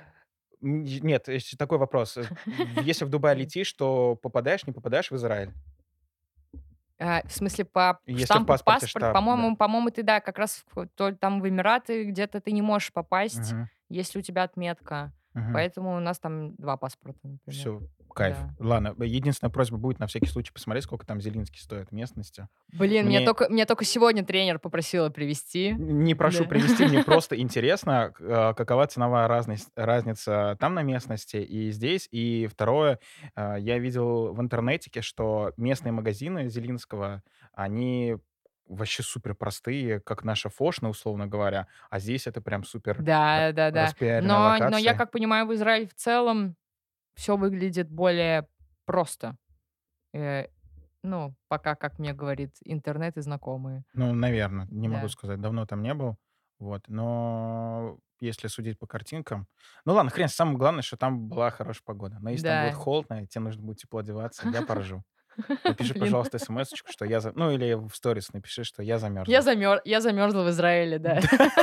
Нет, есть такой вопрос. Если в Дубай летишь, то попадаешь, не попадаешь в Израиль? В смысле, по Если в штампу в паспорте паспорт, штамп, да. по-моему, ты, да, как раз то там в Эмираты где-то ты не можешь попасть, Мгм, если у тебя отметка. мгм. Поэтому у нас там 2 паспорта, например. Всё, кайф. Да. Ладно, единственная просьба будет на всякий случай посмотреть, сколько там Зелинский стоит в местности. Блин, Мне меня только сегодня тренер попросила привезти. не прошу Да. привести, мне просто интересно, какова ценовая разница там на местности и здесь. И второе, я видел в интернетике, что местные магазины Зелинского, они вообще супер простые, как наша Фошна, условно говоря, а здесь это прям супер Да, да-да. распиаренная Но я локация. как понимаю, в Израиле в целом все выглядит более просто. Э, ну, пока, как мне говорит интернет и знакомые. Ну, наверно, не могу Да. сказать, давно там не был. Вот, но если судить по картинкам. Ну ладно, хрен с самое главное, что там была хорошая погода. Но если там будет Да. холодно, и тебе нужно будет тепло одеваться, я поржу. Напиши, Блин. пожалуйста, смс-очку, что я ну, или в сторис напиши, что я замерзла. Я замерзла в Израиле, да.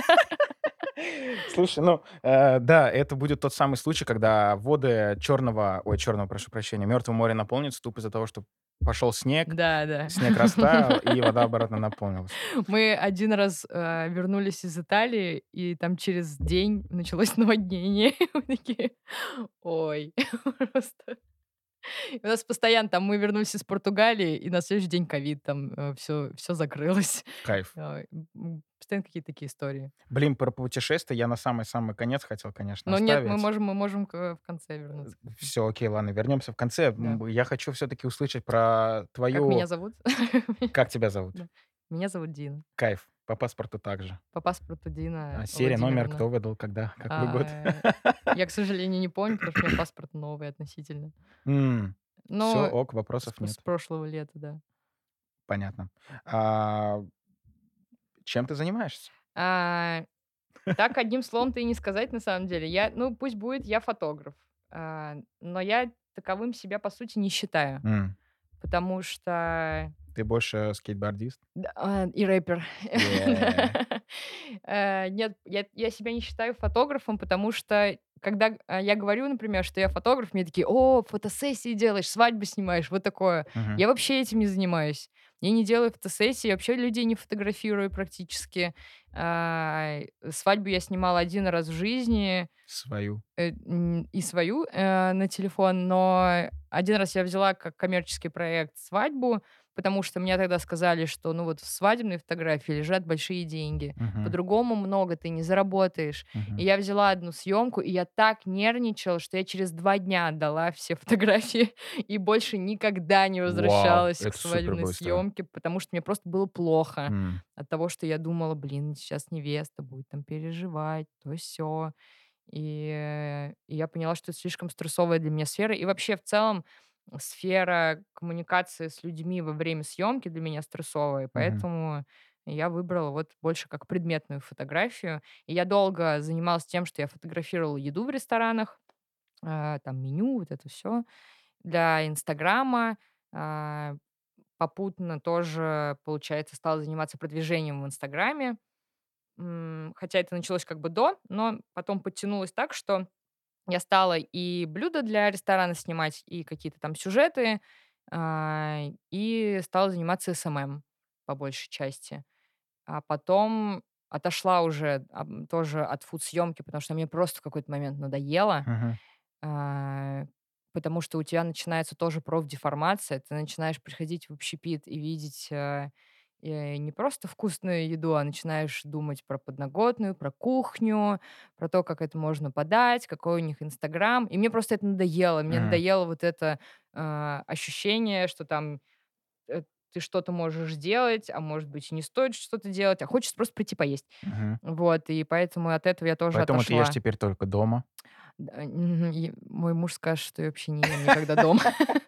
Слушай, ну, да, это будет тот самый случай, когда воды черного, прошу прощения, Мертвого моря наполнятся тупо из-за того, что пошел снег, Да, да. снег растаял, и вода обратно наполнилась. Мы один раз, вернулись из Италии, и там через день началось наводнение. Мы такие: "Ой". Просто. И у нас постоянно там мы вернулись из Португалии, и на следующий день ковид, там, все закрылось. Кайф. Постоянно какие-то такие истории. Блин, про путешествия я на самый-самый конец хотел, конечно, Но нет, оставить. мы можем в конце вернуться к этому. Все, окей, ладно, вернемся в конце. Да. Я хочу все-таки услышать про Как меня твою... зовут? Как тебя зовут? Да. Меня зовут Дина. Кайф. По паспорту также. По паспорту Дина Серия, номер, Владимировна. кто выдал, когда, какой год? А, я, к сожалению, не помню, потому что у меня паспорт новый относительно. Все, Но ок, вопросов с нет. прошлого лета, да. Понятно. А, чем ты занимаешься? А, так одним словом-то и не сказать на самом деле. Ну, пусть будет, я фотограф, но я таковым себя, по сути, не считаю, М, потому что Ты больше скейтбордист? и рэпер. Е. Да. Нет, я себя не считаю фотографом, потому что, когда, я говорю, например, что я фотограф, мне такие: "О, фотосессии делаешь, свадьбы снимаешь", вот такое. Мгм. Я вообще этим не занимаюсь. Я не делаю фотосессии, вообще людей не фотографирую практически. Свадьбу я снимала один раз в жизни, Свою. и свою, на телефон, но один раз я взяла как коммерческий проект свадьбу, потому что мне тогда сказали, что, ну, вот в свадебной фотографии лежат большие деньги. Мгм, По-другому много ты не заработаешь. И мгм. я взяла одну съемку, и я так нервничала, что я через 2 дня отдала все фотографии и больше никогда не Вау, возвращалась к это супер свадебной быстро. съемке, потому что мне просто было плохо М, от того, что я думала: "Блин, сейчас невеста будет там переживать, то сё". И я поняла, что это слишком стрессовая для меня сфера. И вообще, в целом, сфера коммуникации с людьми во время съемки для меня стрессовая. мгм, Поэтому я выбрала вот больше как предметную фотографию. И я долго занималась тем, что я фотографировала еду в ресторанах, там меню, вот это все для Инстаграма. А, Попутно тоже, получается, стала заниматься продвижением в Инстаграме. Хотя это началось как бы до, но потом подтянулось так, что я стала и блюда для ресторана снимать, и какие-то там сюжеты, и стала заниматься SMM по большей части. А потом отошла уже тоже от фуд-съемки, потому что мне просто в какой-то момент надоело, мгм. а, потому что у тебя начинается тоже профдеформация. Ты начинаешь приходить в общепит и видеть не просто вкусную еду, а начинаешь думать про подноготную, про кухню, про то, как это можно подать, какой у них Инстаграм. И мне просто это надоело. Мне Мгм. надоело вот это ощущение, что там э, ты что-то можешь делать, а может быть, и не стоит что-то делать, а хочется просто прийти поесть. Мгм. Вот, и поэтому от этого я тоже Поэтому ты ешь отошла. теперь только дома. Да, и мой муж скажет, что я вообще не ем никогда дома.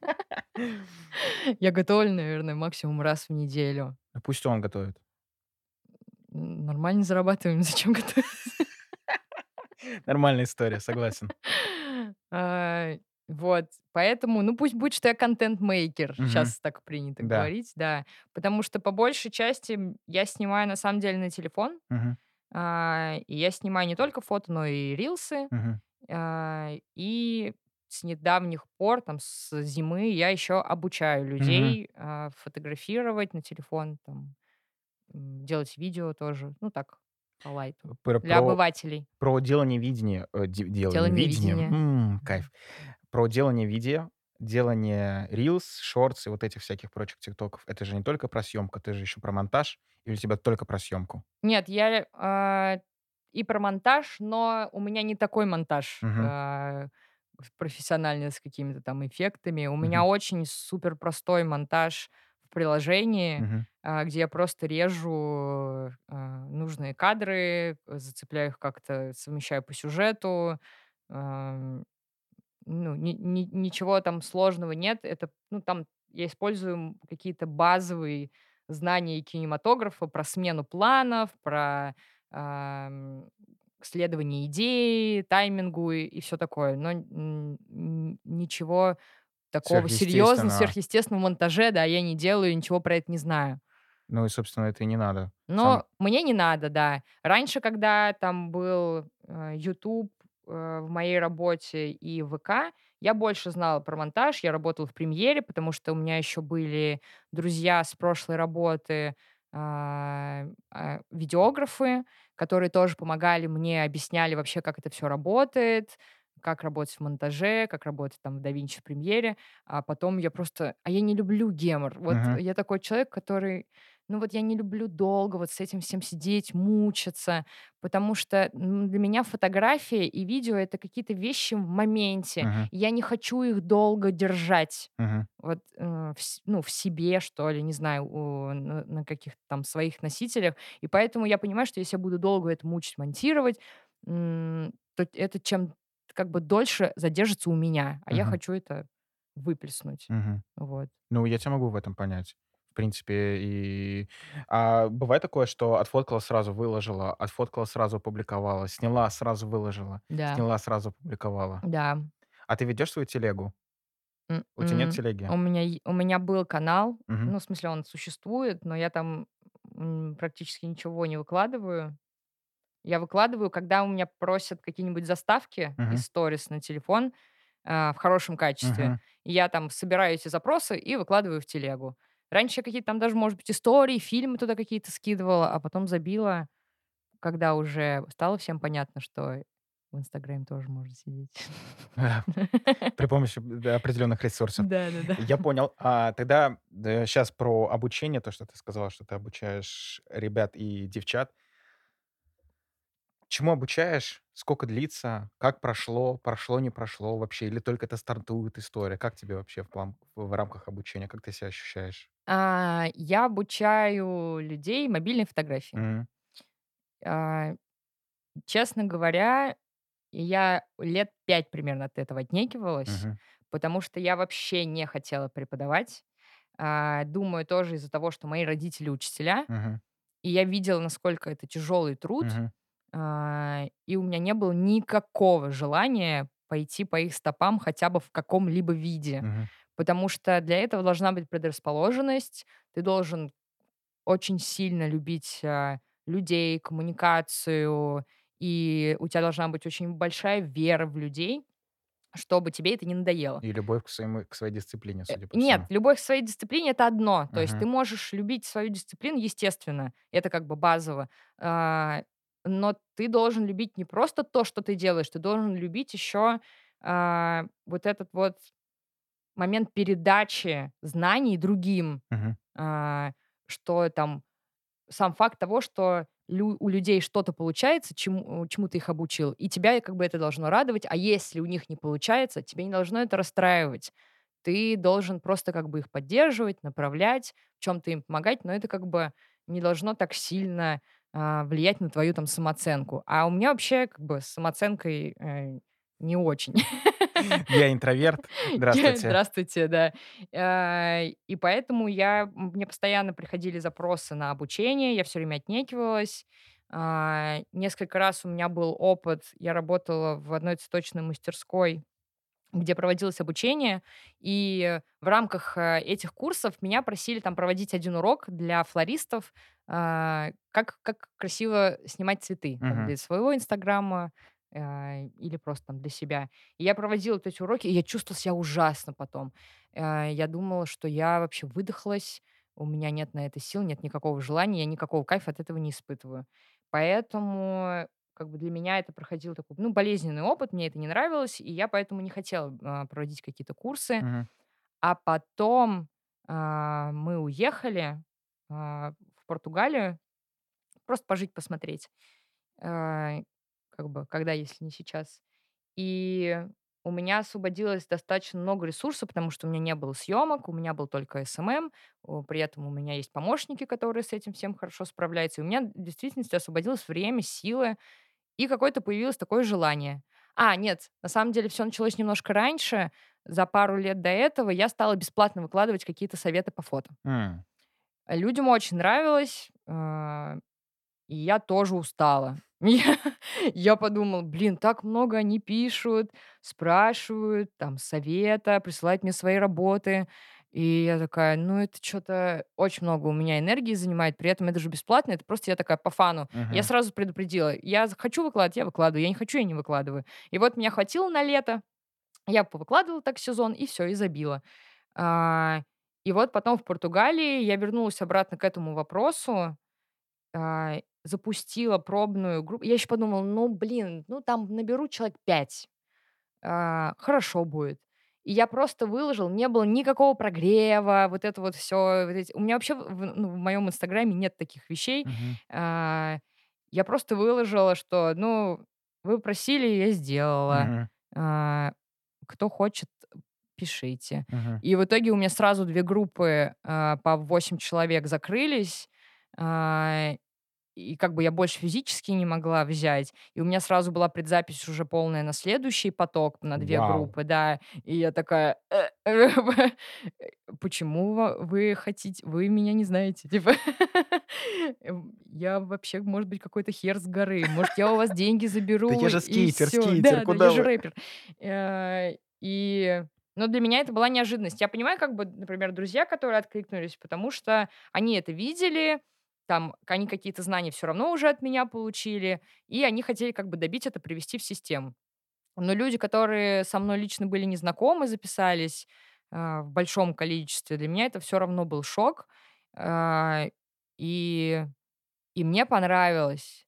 Я готовлю, наверное, максимум раз в неделю. Пусть он готовит. Нормально зарабатываем, зачем готовить? Нормальная история, согласен. А, вот, поэтому, ну, пусть будет, что я контент-мейкер. Мгм. Сейчас так принято Да. говорить, да. Потому что по большей части я снимаю на самом деле на телефон. Мгм. И я снимаю не только фото, но и рилсы. Мгм. И с недавних пор, там, с зимы, я еще обучаю Мгм. людей фотографировать на телефон, там, делать видео тоже. Ну, так, по лайту. Про Для про обывателей. про делание видения, Дело делание видения, невидения. кайф. Про делание видео, делание reels, shorts и вот этих всяких прочих тиктоков. Это же не только про съемку, это же еще про монтаж, или у тебя только про съемку? Нет, я и про монтаж, но у меня не такой монтаж Мгм, профессиональный с какими-то там эффектами. У меня мгм, очень супер простой монтаж в приложении, мгм. где я просто режу нужные кадры, зацепляю их как-то, совмещаю по сюжету. ам, ну, ничего там сложного нет. Это, ну, там я использую какие-то базовые знания кинематографа про смену планов, про ам, следование идеи, таймингу и все такое. Но ничего такого серьезного, Сверхъестественно. сверхъестественного в монтаже, да, я не делаю, ничего про это не знаю. Ну и, собственно, это и не надо. Но мне не надо, да. Раньше, когда там был, "Ютуб", в моей работе и ВК, я больше знала про монтаж. Я работала в "Премьере", потому что у меня еще были друзья с прошлой работы, видеографы, которые тоже помогали мне, объясняли вообще, как это все работает, как работать в монтаже, как работать там в DaVinci, в "Премьере". А потом я просто я не люблю гемор. Вот Мгм, я такой человек, который ну вот я не люблю долго вот с этим всем сидеть, мучиться, потому что для меня фотография и видео это какие-то вещи в моменте. мгм, И я не хочу их долго держать. мгм, Вот ну, в себе, что ли, не знаю, на каких-то там своих носителях. И поэтому я понимаю, что если я буду долго это мучить, монтировать, то это чем как бы дольше задержится у меня, а я мгм, хочу это выплеснуть. мгм. Вот. Ну, я тебя могу в этом понять. В принципе, А бывает такое, что отфоткала, сразу выложила, отфоткала, сразу опубликовала, сняла, сразу выложила, Да, сняла, сразу опубликовала. да. А ты ведешь свою телегу? У тебя нет телеги? У меня был канал, Мгм, ну, в смысле, он существует, но я там, практически ничего не выкладываю. Я выкладываю, когда у меня просят какие-нибудь заставки мгм, из сторис на телефон, в хорошем качестве. мгм. И я там собираю эти запросы и выкладываю в телегу. Раньше я какие-то там даже, может быть, истории, фильмы туда какие-то скидывала, а потом забила, когда уже стало всем понятно, что в "Инстаграме" тоже можно сидеть. При помощи, да, определенных ресурсов. Да-да-да. Я понял. А тогда, сейчас про обучение, то, что ты сказала, что ты обучаешь ребят и девчат. Чему обучаешь? Сколько длится? Как прошло? Прошло, не прошло вообще? Или только это стартует история? Как тебе вообще в рамках обучения? Как ты себя ощущаешь? Я обучаю людей мобильной фотографии. Мгм, А, Честно говоря, я лет 5 примерно от этого отнекивалась, мгм, потому что я вообще не хотела преподавать. Думаю, тоже из-за того, что мои родители учителя, мгм, и я видела, насколько это тяжелый труд, мгм, и у меня не было никакого желания пойти по их стопам хотя бы в каком-либо виде. мгм, Потому что для этого должна быть предрасположенность, ты должен очень сильно любить, людей, коммуникацию, и у тебя должна быть очень большая вера в людей, чтобы тебе это не надоело. и любовь к своей дисциплине, судя по Нет, всему. любовь к своей дисциплине — это одно. То есть ты Мгм, можешь любить свою дисциплину, естественно, это как бы базово, а, но ты должен любить не просто то, что ты делаешь, ты должен любить еще, вот этот вот момент передачи знаний другим, мгм. а, что там сам факт того, что у людей что-то получается, чему ты их обучил, и тебя как бы это должно радовать, а если у них не получается, тебя не должно это расстраивать. Ты должен просто как бы их поддерживать, направлять, в чем-то им помогать, но это как бы не должно так сильно влиять на твою там самооценку. А у меня вообще как бы с самооценкой не очень. Я интроверт. Здравствуйте. Здравствуйте, да. И поэтому мне постоянно приходили запросы на обучение, я все время отнекивалась. Несколько раз у меня был опыт, я работала в одной цветочной мастерской, где проводилось обучение, и в рамках, этих курсов меня просили там проводить один урок для флористов, как красиво снимать цветы, там, Мгм, для своего "Инстаграма", или просто там для себя. И я проводила вот эти уроки, и я чувствовала себя ужасно потом. Я думала, что я вообще выдохлась, у меня нет на это сил, нет никакого желания, я никакого кайфа от этого не испытываю. Поэтому как бы для меня это проходил такой, ну, болезненный опыт, мне это не нравилось, и я поэтому не хотела проводить какие-то курсы. Мгм. А потом мы уехали в Португалию просто пожить, посмотреть, а, как бы когда, если не сейчас. И у меня освободилось достаточно много ресурсов, потому что у меня не было съемок, у меня был только СММ, при этом у меня есть помощники, которые с этим всем хорошо справляются. И у меня в действительности освободилось время, силы и какое-то появилось такое желание. Нет, на самом деле все началось немножко раньше. За пару лет до этого я стала бесплатно выкладывать какие-то советы по фото. М. Людям очень нравилось, и я тоже устала. Я подумала: "Блин, так много они пишут, спрашивают, там, совета, присылают мне свои работы". И я такая: "Ну, это что то очень много у меня энергии занимает, при этом это же бесплатно". Это просто я такая по фану. Я Мгм. сразу предупредила: я хочу выкладывать — я выкладываю, я не хочу — я не выкладываю. И вот меня хватило на лето, я повыкладывала так сезон, и все, и забила. А, и вот потом в Португалии я вернулась обратно к этому вопросу, запустила пробную группу. Я еще подумала: "Ну, блин, ну, там наберу человек 5, хорошо будет". И я просто выложила, не было никакого прогрева, вот это вот все. Вот эти у меня вообще в моем "Инстаграме" нет таких вещей. Мгм. А, я просто выложила, что, ну, вы просили, я сделала. Мгм. А, кто хочет, пишите. Мгм. И в итоге у меня сразу 2 группы, по 8 человек закрылись. А и как бы я больше физически не могла взять. И у меня сразу была предзапись уже полная на следующий поток, на 2 Вау! группы, да. И я такая: почему вы хотите, вы меня не знаете, типа. Я вообще, может быть, какой-то хер с горы, может, я у вас деньги Да заберу я же и скейтер, все. скейтер, Да, да, я куда же вы? рэпер". Э, и но для меня это была неожиданность. Я понимаю, как бы, например, друзья, которые откликнулись, потому что они это видели, там они какие-то знания все равно уже от меня получили, и они хотели как бы добить это, привести в систему. Но люди, которые со мной лично были не знакомы, записались, в большом количестве, для меня это все равно был шок. А, и и мне понравилось.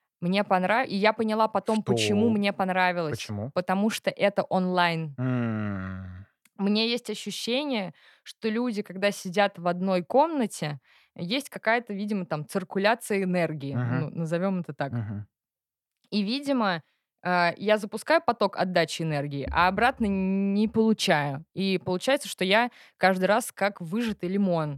И я поняла потом, почему Что? мне понравилось. Почему? Потому что это онлайн. М. Мне есть ощущение, что люди, когда сидят в одной комнате, есть какая-то, видимо, там циркуляция энергии, Мгм. ну, назовем это так. Мгм. И, видимо, я запускаю поток отдачи энергии, а обратно не получаю. И получается, что я каждый раз как выжатый лимон.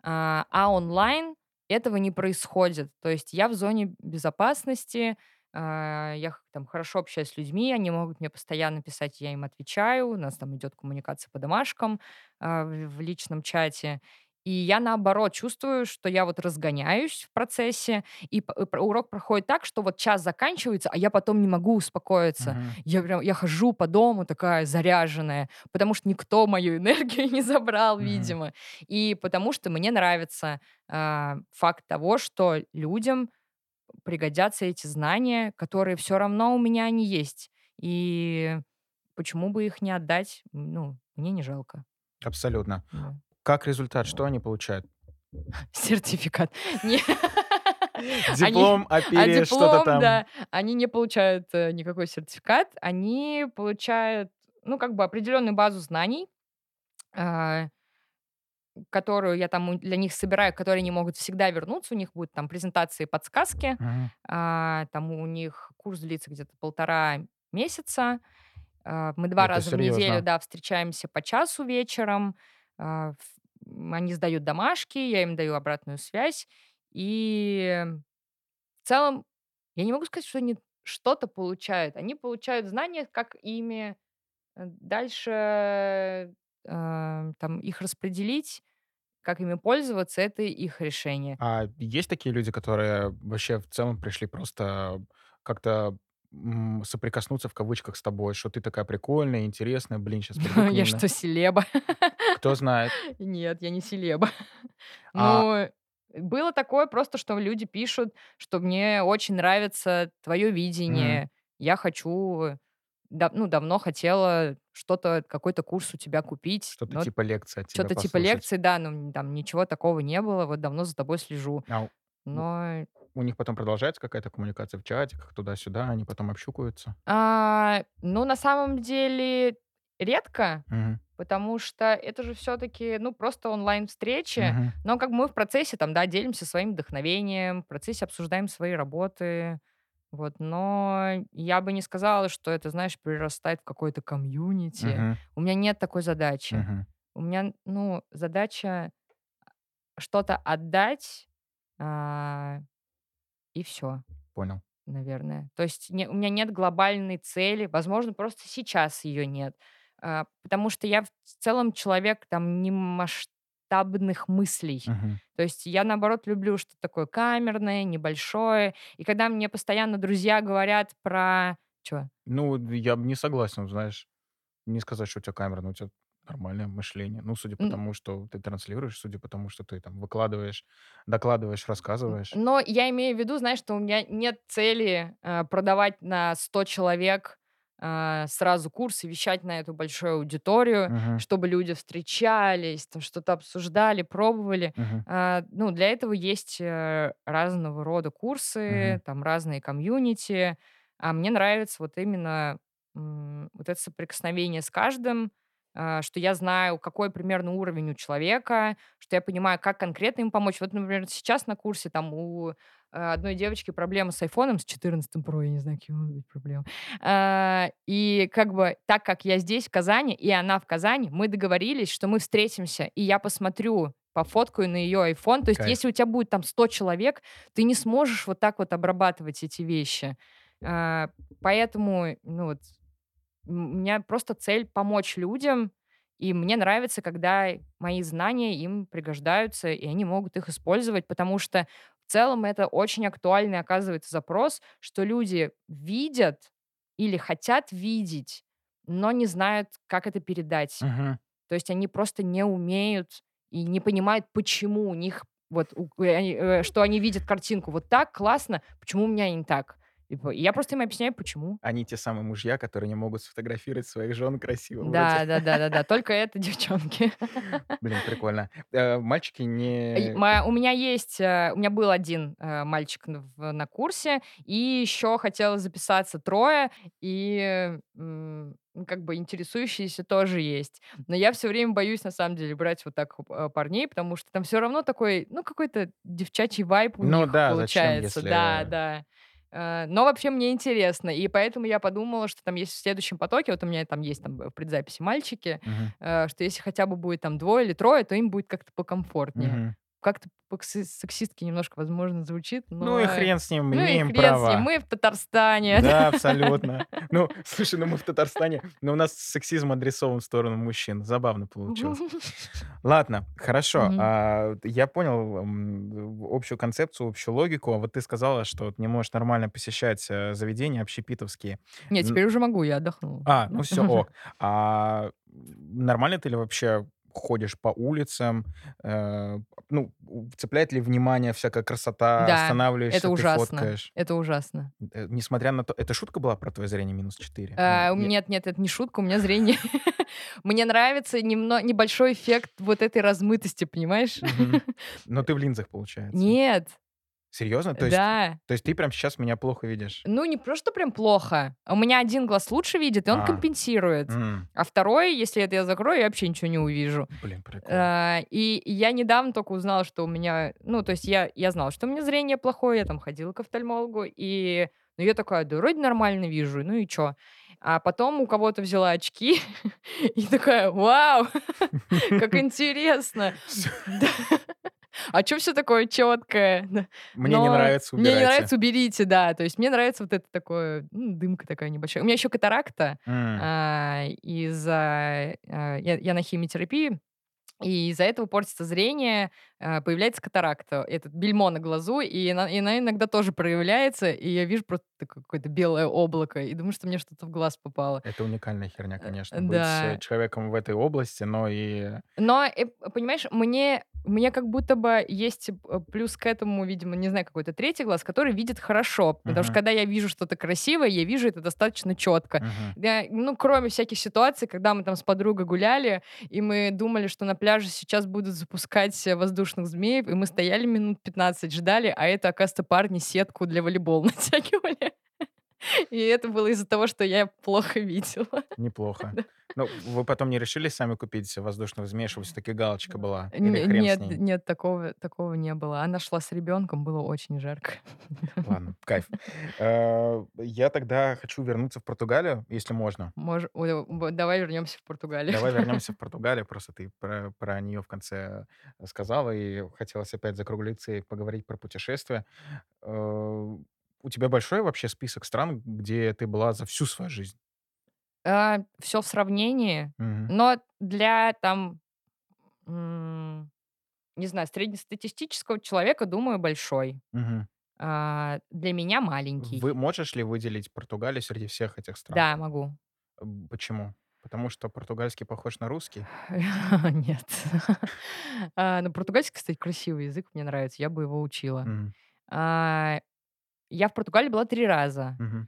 Онлайн этого не происходит. То есть я в зоне безопасности, я там хорошо общаюсь с людьми, они могут мне постоянно писать, я им отвечаю, у нас там идет коммуникация по домашкам, в личном чате. И я, наоборот, чувствую, что я вот разгоняюсь в процессе, и урок проходит так, что вот час заканчивается, а я потом не могу успокоиться. Мгм. Я хожу по дому такая заряженная, потому что никто мою энергию не забрал, Мгм. видимо. И потому что мне нравится, факт того, что людям пригодятся эти знания, которые все равно у меня они есть. И почему бы их не отдать? Ну, мне не жалко. Абсолютно. Да. Как результат, что они получают? Сертификат. Не. Они Диплом о что-то диплом, там. да, они не получают, никакой сертификат. Они получают, ну, как бы определенную базу знаний, а, которую я там для них собираю, к которой они могут всегда вернуться. У них будут там презентации, подсказки. Мгм. Там у них курс длится где-то 1,5 месяца. Мы 2 Это раза в неделю, серьезно. да, встречаемся по часу вечером. Они сдают домашки, я им даю обратную связь. И в целом, я не могу сказать, что они что-то получают. Они получают знания, как ими, дальше, там их распределить, как ими пользоваться — это их решение. А есть такие люди, которые вообще в целом пришли просто как-то, "соприкоснуться" в кавычках с тобой, что ты такая прикольная, интересная, блин, сейчас приду к Я ним на что, селеба? кто знает. Нет, я не селеба. А Ну, было такое просто, что люди пишут, что мне очень нравится твое Мгм. видение. я хочу, ну, давно хотела что-то, какой-то курс у тебя купить, Что-то но типа лекции от тебя что-то типа послушать. лекции, да, но там ничего такого не было, вот давно за тобой слежу. А у Но у них потом продолжается какая-то коммуникация в чатиках, туда-сюда, они потом общукаются? Ну, на самом деле, редко, Мгм. потому что это же все-таки, ну, просто онлайн-встречи, Мгм. но как бы мы в процессе там, да, делимся своим вдохновением, в процессе обсуждаем свои работы, вот, но я бы не сказала, что это, знаешь, перерастает в какое-то комьюнити. Мгм. У меня нет такой задачи. Мгм. У меня, ну, задача что-то отдать, а, и все. Понял. Наверное. То есть у меня нет глобальной цели, возможно, просто сейчас ее нет. Потому что я в целом человек там не масштабных мыслей. Мгм. То есть я, наоборот, люблю что-то такое камерное, небольшое. И когда мне постоянно друзья говорят про... Чё? Ну, я б не согласен, знаешь. Не сказать, что у тебя камерное, у тебя нормальное мышление. Ну, судя по Н тому, что ты транслируешь, судя по тому, что ты там выкладываешь, докладываешь, рассказываешь. Но я имею в виду, знаешь, что у меня нет цели, продавать на 100 человек, сразу курс и вещать на эту большую аудиторию, Мгм. чтобы люди встречались, там что-то обсуждали, пробовали. Мгм. Ну, для этого есть, разного рода Мгм. курсы, там разные комьюнити. А мне нравится вот именно, вот это соприкосновение с каждым, что я знаю, какой примерно уровень у человека, что я понимаю, как конкретно им помочь. Вот, например, сейчас на курсе там у одной девочки проблема с айфоном, с 14 Pro, я не знаю, какие могут быть проблемы. И как бы так как я здесь, в Казани, и она в Казани, мы договорились, что мы встретимся, и я посмотрю, пофоткаю на ее iPhone. То есть Кайф. если у тебя будет там 100 человек, ты не сможешь вот так вот обрабатывать эти вещи. А, Поэтому, ну вот, у меня просто цель помочь людям, и мне нравится, когда мои знания им пригождаются, и они могут их использовать, потому что в целом это очень актуальный оказывается запрос, что люди видят или хотят видеть, но не знают, как это передать. Мгм. То есть они просто не умеют и не понимают, почему у них вот, что они видят картинку вот так классно, почему у меня не так. Типа, и я просто им объясняю, почему. Они те самые мужья, которые не могут сфотографировать своих жен красиво вроде. Да, да-да-да-да, только это девчонки. Блин, прикольно. Мальчики не У меня есть, у меня был один мальчик на курсе, и еще хотелось записаться трое, и ну, как бы интересующиеся тоже есть. Но я все время боюсь, на самом деле, брать вот так парней, потому что там все равно такой, ну, какой-то девчачий вайб у Ну них да, зачем, получается. Да, если да. Но вообще мне интересно, и поэтому я подумала, что там есть в следующем потоке, вот у меня там есть там в предзаписи мальчики, Мгм. что если хотя бы будет там двое или трое, то им будет как-то покомфортнее. Мгм. Как-то сексистски немножко, возможно, звучит, Ну и но хрен с ним, ну и имеем хрен с ним, право. мы в Татарстане. Да, абсолютно. Ну, слушай, ну мы в Татарстане, но у нас сексизм адресован в сторону мужчин. Забавно получилось. Ладно, хорошо. Мгм. Я понял, общую концепцию, общую логику. А вот ты сказала, что вот не можешь нормально посещать, заведения общепитовские. Не, Н теперь уже могу, я отдохнула. ну все, ок. Нормально ты ли вообще ходишь по улицам? Ну, цепляет ли внимание всякая красота? Да, это Останавливаешься, ты ужасно, фоткаешь? это ужасно. Несмотря на то, это шутка была про твое зрение -4? Ну, Нет, нет, это не шутка, у меня зрение мне нравится небольшой эффект вот этой размытости, понимаешь? мгм. Но ты в линзах, получается. Нет, Серьезно? То есть да. то есть ты прям сейчас меня плохо видишь? Ну, не просто прям плохо. У меня один глаз лучше видит, и он А, компенсирует. м, А второй, если это я закрою, я вообще ничего не увижу. блин, прикол. И я недавно только узнала, что у меня... Ну, то есть я знала, что у меня зрение плохое, я там ходила к офтальмологу, и... Ну, я такая, да вроде нормально вижу, ну и чё? А потом у кого-то взяла очки, и такая, вау, как интересно. Всё. Да. А чё всё такое чёткое? Мне не Но нравится, мне не убирайте. нравится, уберите, да. То есть мне нравится вот это такое, дымка такая небольшая. У меня еще катаракта, М, из-за, я на химиотерапии, и из-за этого портится зрение. появляется катаракта, этот бельмо на глазу, и она иногда тоже проявляется, и я вижу просто такое какое-то белое облако и думаю, что мне что-то в глаз попало. Это уникальная херня, конечно, быть Да. человеком в этой области, но и Но, понимаешь, мне как будто бы есть, плюс к этому, видимо, не знаю, какой-то третий глаз, который видит хорошо. Потому что Мгм, когда я вижу что-то красивое, я вижу это достаточно четко. мгм. Да, ну, кроме всяких ситуаций, когда мы там с подругой гуляли, и мы думали, что на пляже сейчас будут запускать воздушных змеев, и мы стояли минут 15, ждали, а это, оказывается, парни сетку для волейбола натягивали. И это было из-за того, что я плохо видела. Неплохо. Ну, вы потом не решили сами купить воздушного змея, чтобы всё-таки галочка была? Или хрен с Нет, ней? нет, такого не было. Она шла с ребенком, было очень жарко. Ладно, кайф. Я тогда хочу вернуться в Португалию, если можно. Давай вернемся в Португалию. Давай вернемся в Португалию. Просто ты про нее в конце сказала, и хотелось опять закруглиться и поговорить про путешествия. У тебя большой вообще список стран, где ты была за всю свою жизнь? Все в сравнении, Мгм. но для там, не знаю, среднестатистического человека, думаю, большой. Мгм. Для меня маленький. Вы можешь ли выделить Португалию среди всех этих стран? Да, могу. Почему? Потому что португальский похож на русский? Нет. Но португальский, кстати, красивый язык, мне нравится, я бы его учила. Мгм. А, я в Португалии была 3 раза. Мгм.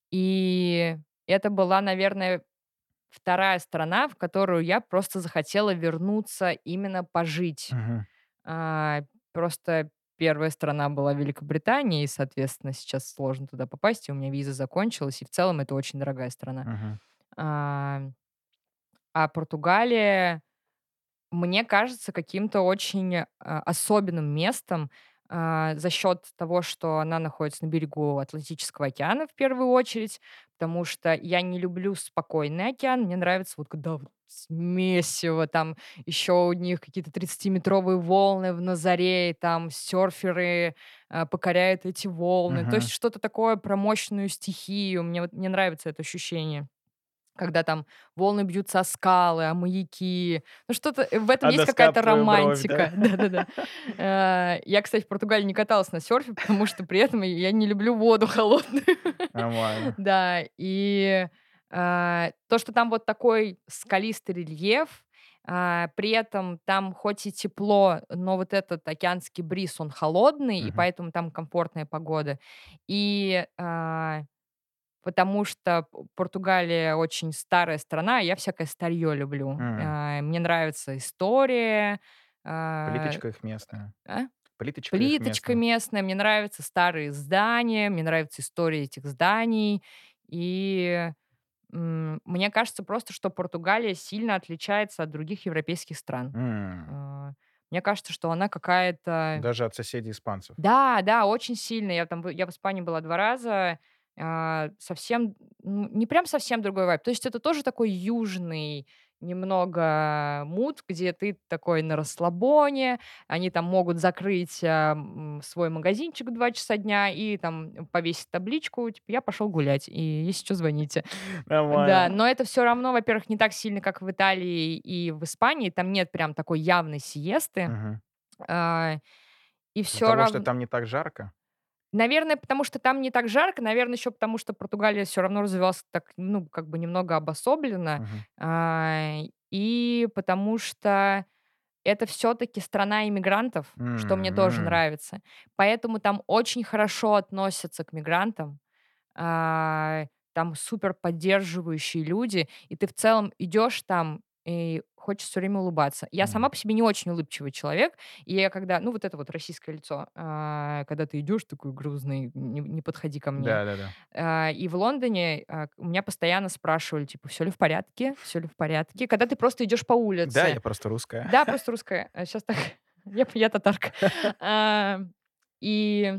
И это была, наверное, вторая страна, в которую я просто захотела вернуться именно пожить. Мгм. А, Просто первая страна была Великобритания, и, соответственно, сейчас сложно туда попасть, и у меня виза закончилась, и в целом это очень дорогая страна. Мгм. А, а Португалия, мне кажется, каким-то очень, особенным местом, за счет того, что она находится на берегу Атлантического океана в первую очередь, потому что я не люблю спокойный океан. Мне нравится вот когда вот месиво, там еще у них какие-то 30-метровые волны на заре, и там серферы, покоряют эти волны. То есть Мгм. что-то такое про мощную стихию. Мне нравится это ощущение. Когда там волны бьются о скалы, о маяки. Ну, что-то в этом Одна есть какая-то скапливаю бровь, да? романтика. Да-да-да. Я, кстати, в Португалии не каталась на серфе, потому что при этом я не люблю воду холодную. Нормально. Да, и, то, что там вот такой скалистый рельеф, при этом там хоть и тепло, но вот этот океанский бриз, он холодный, и Мгм. поэтому там комфортная погода. И, потому что Португалия очень старая страна, а я всякое старье люблю. М. Мне нравится история, а, Плиточка их местная. а, Плиточка их плиточка местная. местная, мне нравятся старые здания, мне нравится история этих зданий. И, мне кажется просто, что Португалия сильно отличается от других европейских стран. М. А, Мне кажется, что она какая-то. Даже от соседей испанцев. Да, да, очень сильно. Я в Испании была 2 раза. Совсем, ну, не прям совсем другой вайб. То есть это тоже такой южный немного мут, где ты такой на расслабоне. Они там могут закрыть, свой магазинчик в 2 часа дня и там повесить табличку, типа: "Я пошел гулять, и если чё, звоните". Да, Нормально. но это все равно, во-первых, не так сильно, как в Италии и в Испании. Там нет прям такой явной сиесты. Мгм. А, и Из-за все того, что равно. там не так жарко? Наверное, потому что там не так жарко, наверное, еще потому, что Португалия все равно развивалась так, ну, как бы немного обособленно, Мгм. и потому что это все таки страна иммигрантов, что мне тоже М. нравится. Поэтому там очень хорошо относятся к мигрантам. Там супер поддерживающие люди, и ты в целом идешь там и хочешь все время улыбаться. Я М. сама по себе не очень улыбчивый человек, и я когда, ну, вот это вот российское лицо, когда ты идешь такой грузный, не подходи ко мне. Да-да-да. И в Лондоне, у меня постоянно спрашивали, типа: "Все ли в порядке? Все ли в порядке?" Когда ты просто идешь по Да, я улице. просто русская. Да, просто русская. Сейчас так я татарка. А, и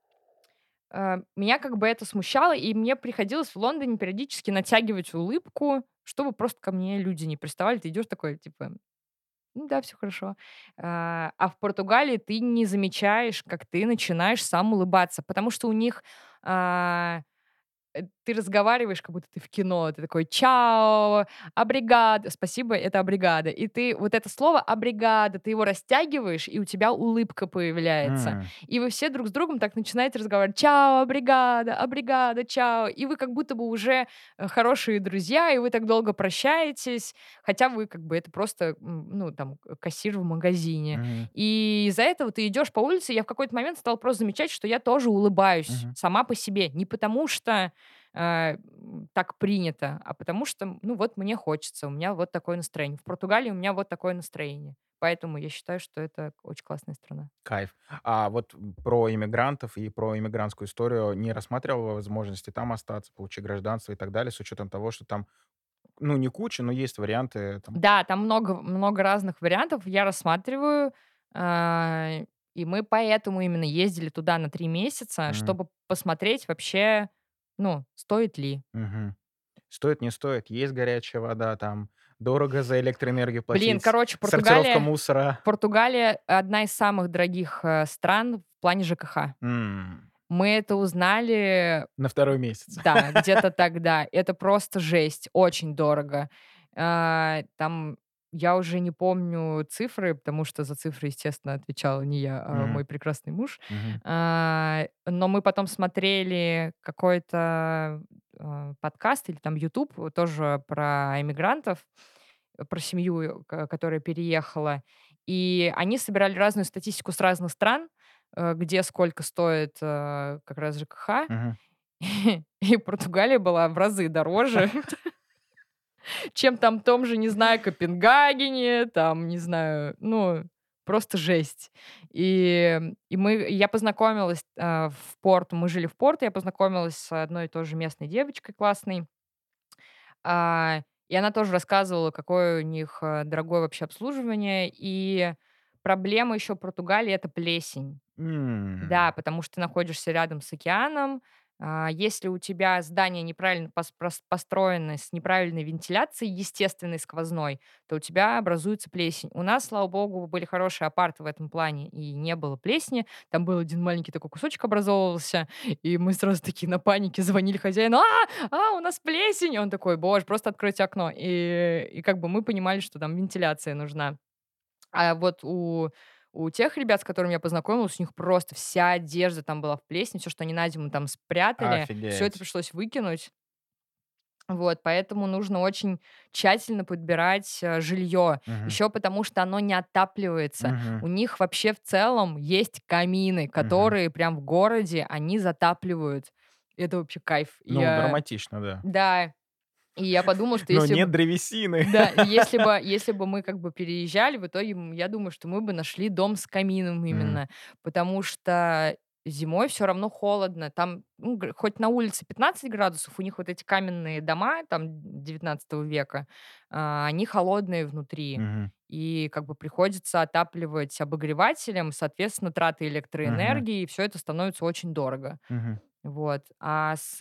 Меня как бы это смущало, и мне приходилось в Лондоне периодически натягивать улыбку, чтобы просто ко мне люди не приставали. Ты идешь такой, типа: "Ну да, все хорошо". А в Португалии ты не замечаешь, как ты начинаешь сам улыбаться, потому что у них, а, ты разговариваешь, как будто ты в кино. Ты такой: "Чао, абригада". Спасибо, это абригада. И ты вот это слово абригада, ты его растягиваешь, и у тебя улыбка появляется. М, И вы все друг с другом так начинаете разговаривать: "Чао, абригада, абригада, чао". И вы как будто бы уже, хорошие друзья, и вы так долго прощаетесь, хотя вы как бы это просто, ну, там, кассир в магазине. мгм, И из-за этого ты идешь по улице, я в какой-то момент стала просто замечать, что я тоже улыбаюсь мгм. сама по себе. Не потому что, так принято, а потому что, ну, вот мне хочется, у меня вот такое настроение. В Португалии у меня вот такое настроение. Поэтому я считаю, что это очень классная страна. Кайф. А вот про иммигрантов и про иммигрантскую историю не рассматривал возможности там остаться, получить гражданство и так далее, с учетом того, что там, ну, не куча, но есть варианты там. Да, там много разных вариантов я рассматриваю, а, и мы поэтому именно ездили туда на 3 месяца, Мгм, чтобы посмотреть вообще, ну, стоит ли. мгм. Стоит, не стоит, есть горячая вода, там дорого за электроэнергию Блин, платить, короче, сортировка мусора. Португалия одна из самых дорогих, стран в плане ЖКХ. М, Мы это узнали, на второй месяц. да, где-то тогда. Это просто жесть, очень дорого. Там я уже не помню цифры, потому что за цифры, естественно, отвечала не я, а Мгм, мой прекрасный муж. мгм, Но мы потом смотрели какой-то, подкаст или там YouTube, тоже про иммигрантов, про семью, которая переехала. И они собирали разную статистику с разных стран, где сколько стоит, как раз ЖКХ. мгм. И Португалия была в разы дороже, чем там в том же, не знаю, Копенгагене, там, не знаю, ну, просто жесть. Я познакомилась, в Порту, мы жили в Порту, я познакомилась с одной и той же местной девочкой классной. И она тоже рассказывала, какое у них, дорогое вообще обслуживание. И проблема еще Португалии — это плесень. Да, М, потому что ты находишься рядом с океаном. Если у тебя здание неправильно построено, с неправильной вентиляцией, естественной сквозной, то у тебя образуется плесень. У нас, слава богу, были хорошие апарты в этом плане, и не было плесени. Там был один маленький такой кусочек образовывался, и мы сразу такие на панике звонили хозяину: у нас плесень!» Он такой: «Боже, просто откройте окно». И как бы мы понимали, что там вентиляция нужна. А вот у тех ребят, с которыми я познакомилась, у них просто вся одежда там была в плесени, все, что они на зиму там спрятали, все это офигеть. пришлось выкинуть. Вот, поэтому нужно очень тщательно подбирать, жилье. Мгм, Еще потому, что оно не отапливается. мгм, У них вообще в целом есть камины, мгм. которые прям в городе они затапливают. Это вообще кайф. Ну, драматично, да. Да, и я подумала, что Но если нет бы древесины. да, если бы мы как бы переезжали, в итоге, я думаю, что мы бы нашли дом с камином М, именно, потому что зимой все равно холодно. Там, ну, хоть на улице 15 градусов, у них вот эти каменные дома, там, 19 века, они холодные внутри. мгм, И как бы приходится отапливать обогревателем, соответственно, траты мгм, электроэнергии, и всё это становится очень дорого. мгм, Вот. А с,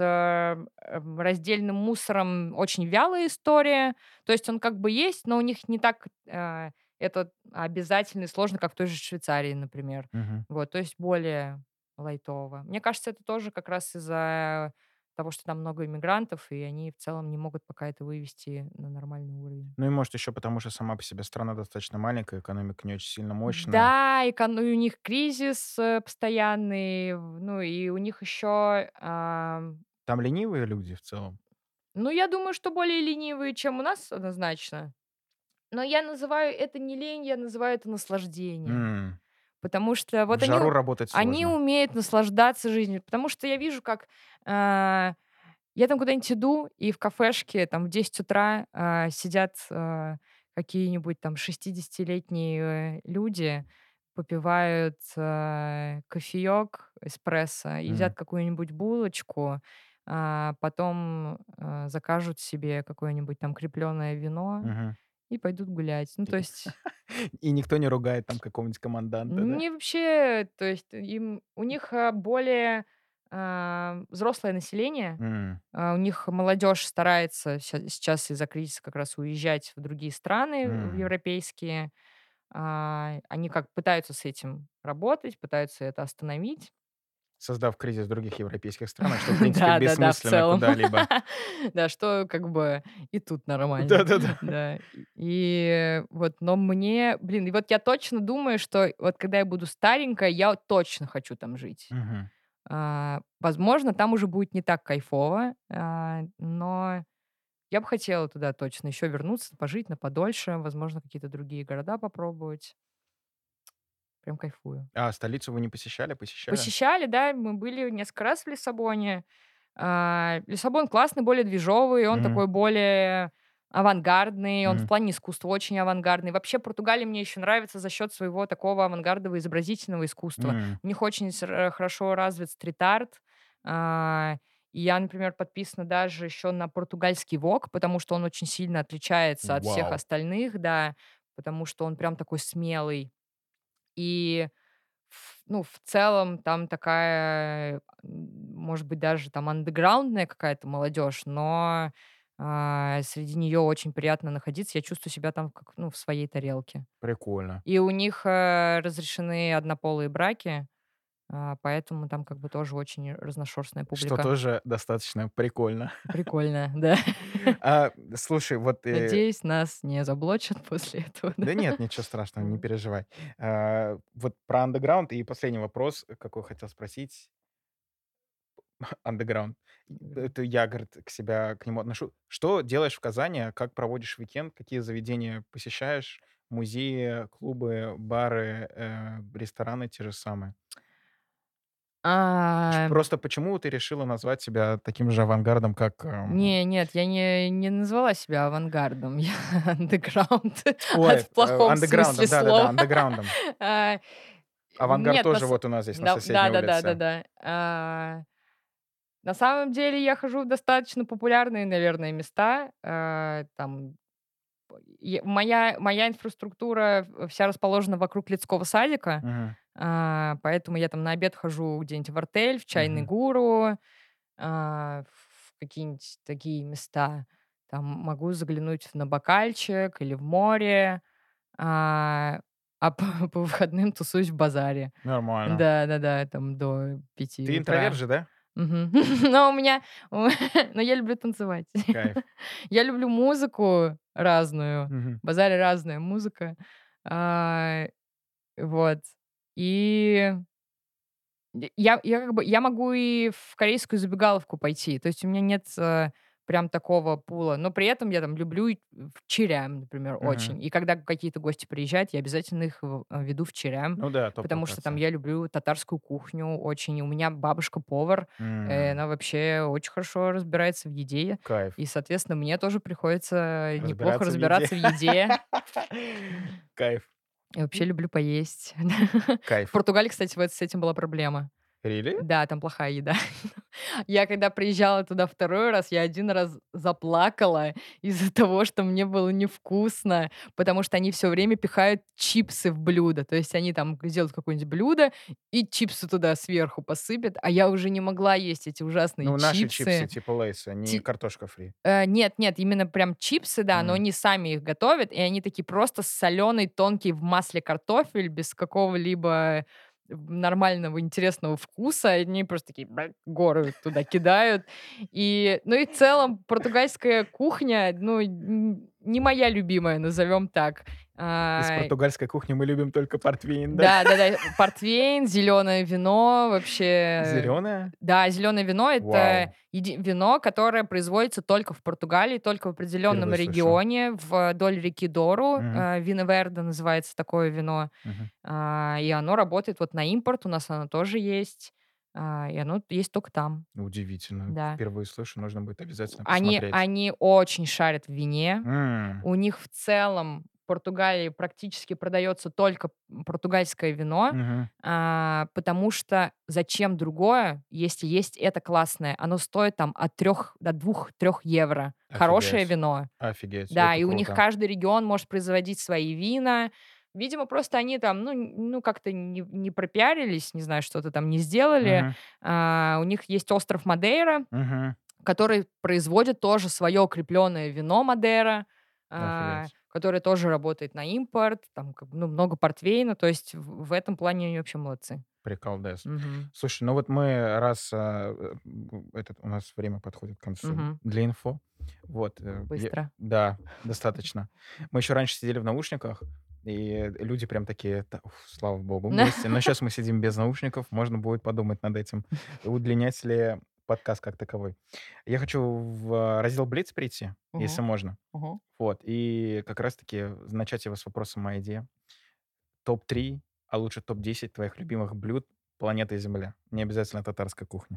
раздельным мусором очень вялая история. То есть он как бы есть, но у них не так, это обязательно и сложно, как в той же Швейцарии, например. мгм. Вот, то есть более лайтово. Мне кажется, это тоже как раз из-за того, что там много иммигрантов, и они в целом не могут пока это вывести на нормальный уровень. Ну и может еще потому, что сама по себе страна достаточно маленькая, экономика не очень сильно мощная. Да, и у них кризис, постоянный, ну, и у них еще, Там ленивые люди в целом. ну, я думаю, что более ленивые, чем у нас, однозначно. Но я называю это не лень, я называю это наслаждением. М, Потому что в вот жару работать они сложно. умеют наслаждаться жизнью. Потому что я вижу, как я там куда-нибудь иду, и в кафешке там в 10 утра сидят какие-нибудь там 60-летние люди, попивают кофеек, эспрессо, едят М, какую-нибудь булочку, потом закажут себе какое-нибудь там крепленое вино мгм. и пойдут гулять. Ну, И то есть и никто не ругает там какого-нибудь команданта, да? не вообще, то есть у них более взрослое население. М, У них молодежь старается сейчас из-за кризиса как раз уезжать в другие страны, в м. европейские. Они как пытаются с этим работать, пытаются это остановить. создав кризис в других европейских странах, что, в принципе, Да-да-да, в бессмысленно целом. куда-либо. Да, что как бы и тут нормально. Да-да-да. Да. И вот, но мне, блин, и вот я точно думаю, что вот когда я буду старенькая, я вот точно хочу там жить. Мгм. Возможно, там уже будет не так кайфово, но я бы хотела туда точно еще вернуться, пожить на подольше, возможно, какие-то другие города попробовать. Прям кайфую. А столицу вы не посещали? Посещали? Посещали, да, мы были несколько раз в Лиссабоне. Лиссабон классный, более движовый, он Мгм. такой более авангардный, он в Мгм. плане искусства очень авангардный. Вообще Португалия мне еще нравится за счет своего такого авангардного изобразительного искусства. М. У них очень хорошо развит стрит-арт. А, и я, например, подписана даже еще на португальский вок, потому что он очень сильно отличается от всех Вау! остальных, да, потому что он прям такой смелый. И ну, в целом там такая, может быть, даже там андеграундная какая-то молодежь, но, среди нее очень приятно находиться. Я чувствую себя там как, ну, в своей тарелке. Прикольно. И у них, разрешены однополые браки, поэтому там как бы тоже очень разношерстная Что публика. тоже достаточно прикольно. Прикольно, да. Слушай, вот, Надеюсь, нас не заблочат после этого, да. да нет, ничего страшного, не Вот. переживай. Вот про андеграунд и последний вопрос, какой хотел спросить. Андеграунд. Это я, говорит, к нему отношу. Что делаешь в Казани? Как проводишь уикенд? Какие заведения посещаешь? Музеи, клубы, бары, рестораны те же самые? А Просто почему ты решила назвать себя таким же авангардом, как, Не, нет, я не назвала себя авангардом, я андеграунд ой, в плохом смысле андеграундом, да-да-да, слова. андеграундом. А, Авангард нет, тоже вот у нас здесь на соседней улице. да-да-да-да-да. На самом деле я хожу в достаточно популярные, наверное, места. Там моя инфраструктура вся расположена вокруг детского садика, Мгм, поэтому я там на обед хожу где-нибудь в артель, в "Чайный мгм. гуру", в какие-нибудь такие места. Там могу заглянуть на бокальчик или в море, а, по выходным тусуюсь в базаре. Нормально. Да-да-да, там до 5 Ты интроверт утра. же, да? Мгм. Но у меня но я люблю танцевать. Кайф. Я люблю музыку разную, Мгм. в базаре разная музыка. А, вот. И я как бы я могу и в корейскую забегаловку пойти. То есть у меня нет, прям такого пула. Но при этом я там люблю и в Чирям, например, Мгм. очень. И когда какие-то гости приезжают, я обязательно их веду в Чирям, Ну да, потому что там топ-локация. я люблю татарскую кухню очень. И у меня бабушка повар, М, она вообще очень хорошо разбирается в еде. кайф. И, соответственно, мне тоже приходится неплохо Разбираться в еде. разбираться в еде. Кайф, Я вообще люблю поесть. В кайф. Португалии, кстати, вот с этим была проблема. Really? Да, там плохая еда. Я когда приезжала туда второй раз, я один раз заплакала из-за того, что мне было невкусно, потому что они все время пихают чипсы в блюдо. То есть они там сделают какое-нибудь блюдо и чипсы туда сверху посыпят, а я уже не могла есть эти ужасные Ну, наши чипсы чипсы. типа Лейса, не Ти картошка фри. Нет, нет, именно прям чипсы, да, но М. они сами их готовят, и они такие просто соленый, тонкий в масле картофель без какого-либо нормального, интересного вкуса. Они просто такие горы туда кидают. Ну и в целом португальская кухня, ну, не моя любимая, назовем так. Из А, португальской кухни мы любим только портвейн, да? да-да-да, портвейн, зеленое вино, вообще. Зеленая? Да, зеленое вино — это Вау, вино, которое производится только в Португалии, только в определенном впервые слышу. регионе, вдоль реки Дору. Мгм, Вино Верде называется такое вино. мгм. И оно работает вот на импорт, у нас оно тоже есть, и оно есть только там, Удивительно. да. Впервые слышу, нужно будет обязательно Они посмотреть. они очень шарят в вине. М, У них в целом в Португалии практически продается только португальское вино, мгм. потому что зачем другое, если есть это классное? Оно стоит там от 3 до 2-3 евро. Хорошее Офигеть, вино. офигеть, Да, это и у них круто. каждый регион может производить свои вина. Видимо, просто они там, ну как-то не пропиарились, не знаю, что-то там не сделали. Мгм, У них есть остров Мадейра, мгм. который производит тоже свое укрепленное вино Мадера, Офигеть. которое тоже работает на импорт, там как бы, ну, много портвейна, то есть в этом плане они вообще молодцы. Приколдес. Мгм. Слушай, ну вот мы раз, у нас время подходит к концу Мгм. для инфо. Вот, Быстро. да, достаточно. Мы еще раньше сидели в наушниках, и люди прям такие: "Та уф, слава богу, гости". Но сейчас мы сидим без наушников, можно будет подумать над этим, удлинять ли подкаст как таковой. Я хочу в раздел "Блиц" перейти, если Мгм. можно. Мгм. Вот, и как раз таки начать его с вопроса "Моя идея". Топ-3, а лучше топ-10 твоих любимых блюд планеты Земля. Не обязательно татарская кухня.